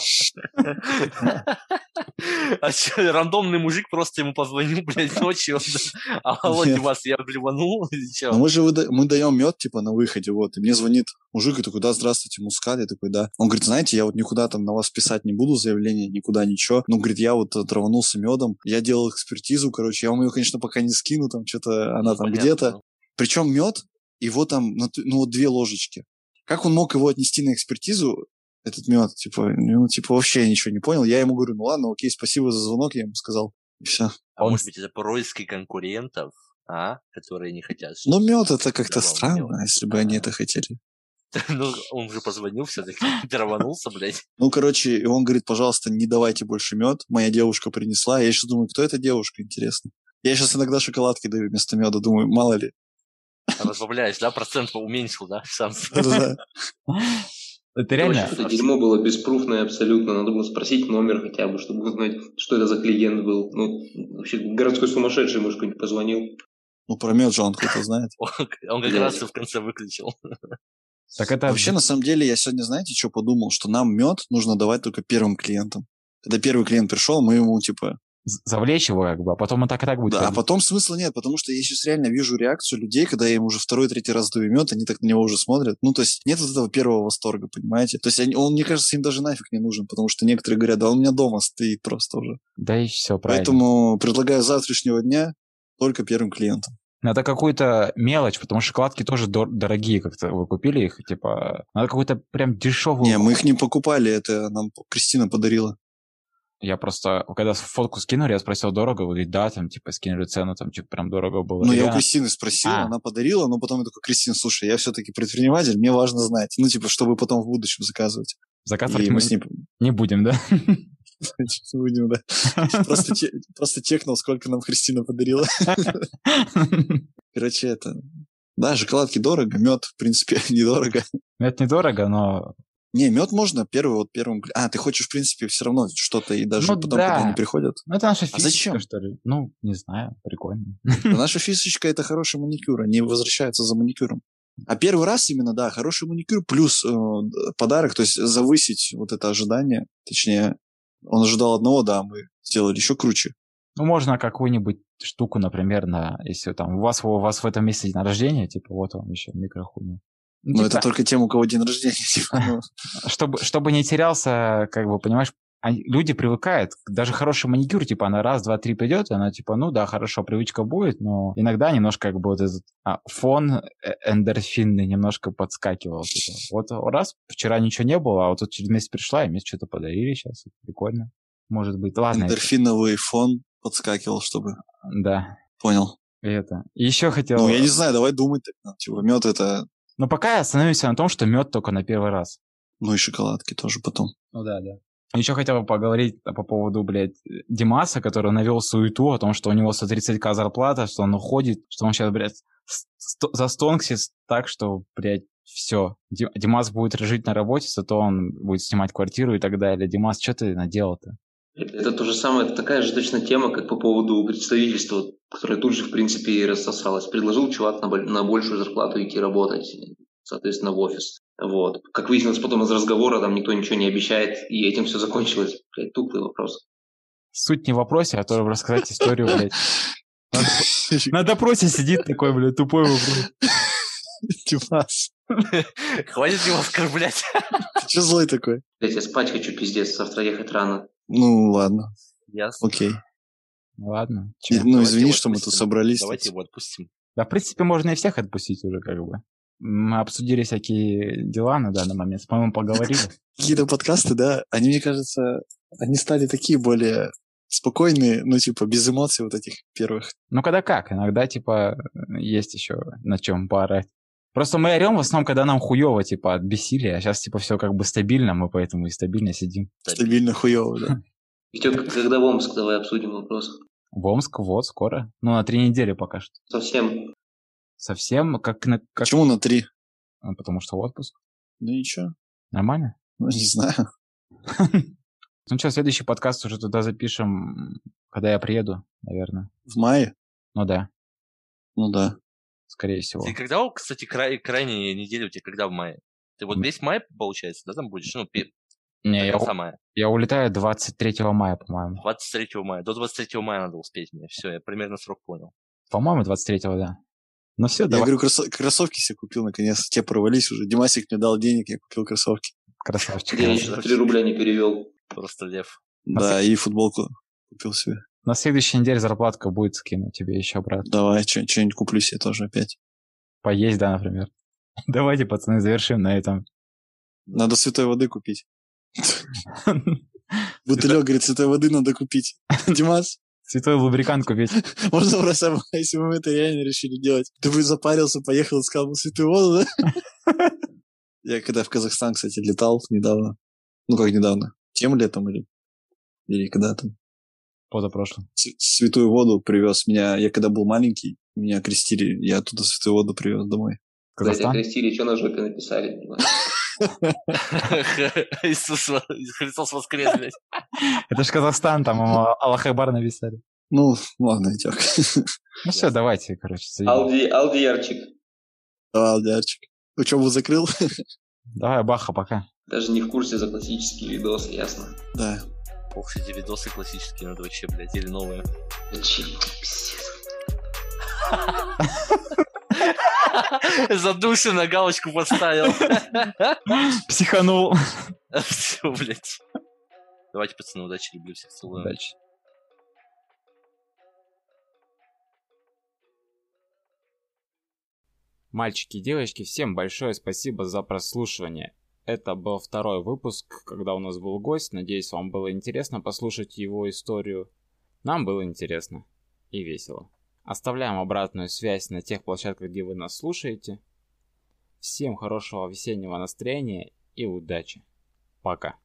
А что, рандомный мужик просто ему позвонил, блядь, ночью. Алло, Димас, я блеванул? Ну мы же выда- мы даем мед, типа, на выходе, вот. И мне звонит мужик и такой, да, здравствуйте, Мускаль. Я такой, да. Он говорит, знаете, я вот никуда там на вас писать не буду заявление, никуда ничего. Ну, говорит, я вот траванулся медом, я делал экспертизу, короче, я вам ее, конечно, пока не скину, там что-то она ну, там понятно, где-то. Ну. Причем мед, его там, ну, вот две ложечки. Как он мог его отнести на экспертизу, этот мед, типа, ну, типа, вообще я ничего не понял. Я ему говорю, ну ладно, окей, спасибо за звонок, я ему сказал, и все. А он... может быть, это происки конкурентов, а, которые не хотят... Ну, мед это как-то странно, мед. Если бы А-а-а. они это хотели. Ну, он же позвонил все-таки, траванулся, блядь. Ну, короче, и он говорит, пожалуйста, не давайте больше мед, моя девушка принесла. Я еще думаю, кто эта девушка, интересно. Я сейчас иногда шоколадки даю вместо меда, думаю, мало ли. Разбавляешь, да, процент уменьшил, да, шанс? Да. Это реально... Это дерьмо было беспруфное абсолютно. Надо было спросить номер хотя бы, чтобы узнать, что это за клиент был. Ну, вообще, городской сумасшедший, может, кто-нибудь позвонил. Ну, про мед же он кто-то знает. Он как раз все в конце выключил. Так это... Вообще, на самом деле, я сегодня, знаете, что подумал? Что нам мед нужно давать только первым клиентам. Когда первый клиент пришел, мы ему, типа... Завлечь его, как бы, а потом он так и так будет. Да, ходить. А потом смысла нет, потому что я сейчас реально вижу реакцию людей, когда я им уже второй, третий раз даю мед, они так на него уже смотрят. Ну, то есть нет вот этого первого восторга, понимаете? То есть они, он, мне кажется, им даже нафиг не нужен, потому что некоторые говорят, да он у меня дома стоит просто уже. Да и все, правильно. Поэтому предлагаю с завтрашнего дня только первым клиентам. Надо какую-то мелочь, потому что шоколадки тоже дор- дорогие, как-то вы купили их, типа, надо какую-то прям дешевую... Не, мы их не покупали, это нам Кристина подарила. Я просто, когда фотку скинули, я спросил, дорого? Говорит, да, там, типа, скинули цену, там, типа, прям дорого было. Ну, я, я у Кристины спросил, а. она подарила, но потом я такой, Кристина, слушай, я все-таки предприниматель, мне важно знать. Ну, типа, чтобы потом в будущем заказывать. Заказывать мы с ним... не будем, да? Не будем, да. Просто чекнул, сколько нам Кристина подарила. Короче, это... Да, шоколадки дорого, мед, в принципе, недорого. Мед недорого, но... Не, мед можно первый, вот первым... А, ты хочешь, в принципе, все равно что-то, и даже ну, потом, да. когда они приходят. Ну, это наша фишечка, а зачем? Что ли? Ну, не знаю, прикольно. Наша фишечка – это хороший маникюр, они возвращаются за маникюром. А первый раз именно, да, хороший маникюр плюс э, подарок, то есть завысить вот это ожидание. Точнее, он ожидал одного, да, мы сделали еще круче. Ну, можно какую-нибудь штуку, например, на, если там у вас, у вас в этом месяце день рождения, типа, вот вам еще микрохуйня. Ну, ну типа, это только тем, у кого день рождения. Типа, ну. чтобы, чтобы не терялся, как бы, понимаешь, они, люди привыкают. Даже хороший маникюр, типа, она раз, два, три придет, и она, типа, ну да, хорошо, привычка будет, но иногда немножко, как бы, вот этот а, фон эндорфинный немножко подскакивал. Типа. Вот раз, вчера ничего не было, а вот тут через месяц пришла, и мне что-то подарили сейчас. Прикольно. Может быть, ладно. Эндорфиновый это... фон подскакивал, чтобы... Да. Понял. И это. И еще хотел... Ну, я не знаю, давай думать. Типа, мед это... Но пока я остановимся на том, что мед только на первый раз. Ну и шоколадки тоже потом. Ну да, да. Еще хотел бы поговорить по поводу, блядь, Димаса, который навел суету о том, что у него сто тридцать тысяч зарплата, что он уходит, что он сейчас, блядь, застонкся так, что, блядь, все. Димас будет жить на работе, зато он будет снимать квартиру и так далее. Димас, что ты наделал-то? Это, это то же самое, это такая же точно тема, как по поводу представительства, которое тут же, в принципе, и рассосалось. Предложил чувак на, на большую зарплату идти работать, соответственно, в офис. Вот. Как выяснилось потом из разговора, там никто ничего не обещает, и этим все закончилось. Блядь, туплый вопрос. Суть не в вопросе, а то рассказать историю, блядь. На допросе сидит такой, блядь, тупой вопрос. Димас. Хватит его оскорблять. Ты че злой такой? Блядь, я спать хочу, пиздец, завтра ехать рано. Ну, ладно. Ясно. Окей. Ладно. И, Чё? ну, Давайте извини, его что мы тут отпустим. собрались. Давайте тут. его отпустим. Да, в принципе, можно и всех отпустить уже, как бы. Мы обсудили всякие дела на данный момент, по-моему, поговорили. Какие-то подкасты, да, они, мне кажется, они стали такие более спокойные, ну, типа, без эмоций вот этих первых. Ну, когда как. Иногда, типа, есть еще на чем поорать. Просто мы орем в основном, когда нам хуево, типа, от бессилия. А сейчас, типа, все как бы стабильно, мы поэтому и стабильно сидим. Стабильно хуёво, да. Витек, когда в Омск, давай обсудим вопрос. В Омск, вот, скоро. Ну, на три недели пока что. Совсем. Совсем, как на... Как... Почему на три? А, Потому что отпуск. Ну, ничего. Нормально? Ну, не знаю. Ну что, следующий подкаст уже туда запишем, когда я приеду, наверное. В мае? Ну да, Ну, да. скорее всего. Ты когда, кстати, край, крайние недели у тебя когда в мае? Ты вот М. весь май, получается, да, там будешь? Ну, пи- Не, до я, конца у- мая. я улетаю двадцать третьего мая, по-моему. двадцать третьего мая. До двадцать третьего мая надо успеть мне. Все, я примерно срок понял. По-моему, двадцать третьего, да. Ну все, Я давай, говорю, кросс- кроссовки себе купил наконец. Те порвались уже. Димасик мне дал денег, я купил кроссовки. красавчик. Я еще три рубля не перевел. Просто лев. Да, и футболку купил себе. На следующей неделе зарплатка будет, скину тебе еще обратно. Давай, что- что-нибудь куплю себе тоже опять. Поесть, да, например. Давайте, пацаны, завершим на этом. Надо святой воды купить. Бутылек, говорит, святой воды надо купить. Димас, Святой лубрикант купить. можно просто, если бы мы это реально решили делать, ты бы запарился, поехал и сказал бы святую воду, да? Я когда в Казахстан, кстати, летал недавно. Ну, как недавно? Тем летом или, или когда там? Позапрошлым. С- Святую воду привез меня. Я когда был маленький, меня крестили. Я оттуда святую воду привез домой. Когда тебя Казахстан? крестили, что на жопе написали? Иисус, во- Христос воскрес, блядь. Это ж Казахстан, там ему Аллах Акбар написали. Ну, ладно, Витек. Ну все, давайте, короче, заебали. Алди, Алдиярчик. Давай, Алдиарчик. Учебу закрыл? Давай, Баха, пока. Даже не в курсе за классические видосы, ясно. Да. Ох, эти видосы классические надо вообще, блядь, или новые. Зачем? Пиздец. Задушенно галочку поставил. Психанул. Все, блядь. Давайте, пацаны, удачи, люблю всех, целую. Удачи. Мальчики и девочки, всем большое спасибо за прослушивание. Это был второй выпуск, когда у нас был гость. Надеюсь, вам было интересно послушать его историю. Нам было интересно и весело. Оставляем обратную связь на тех площадках, где вы нас слушаете. Всем хорошего весеннего настроения и удачи. Пока.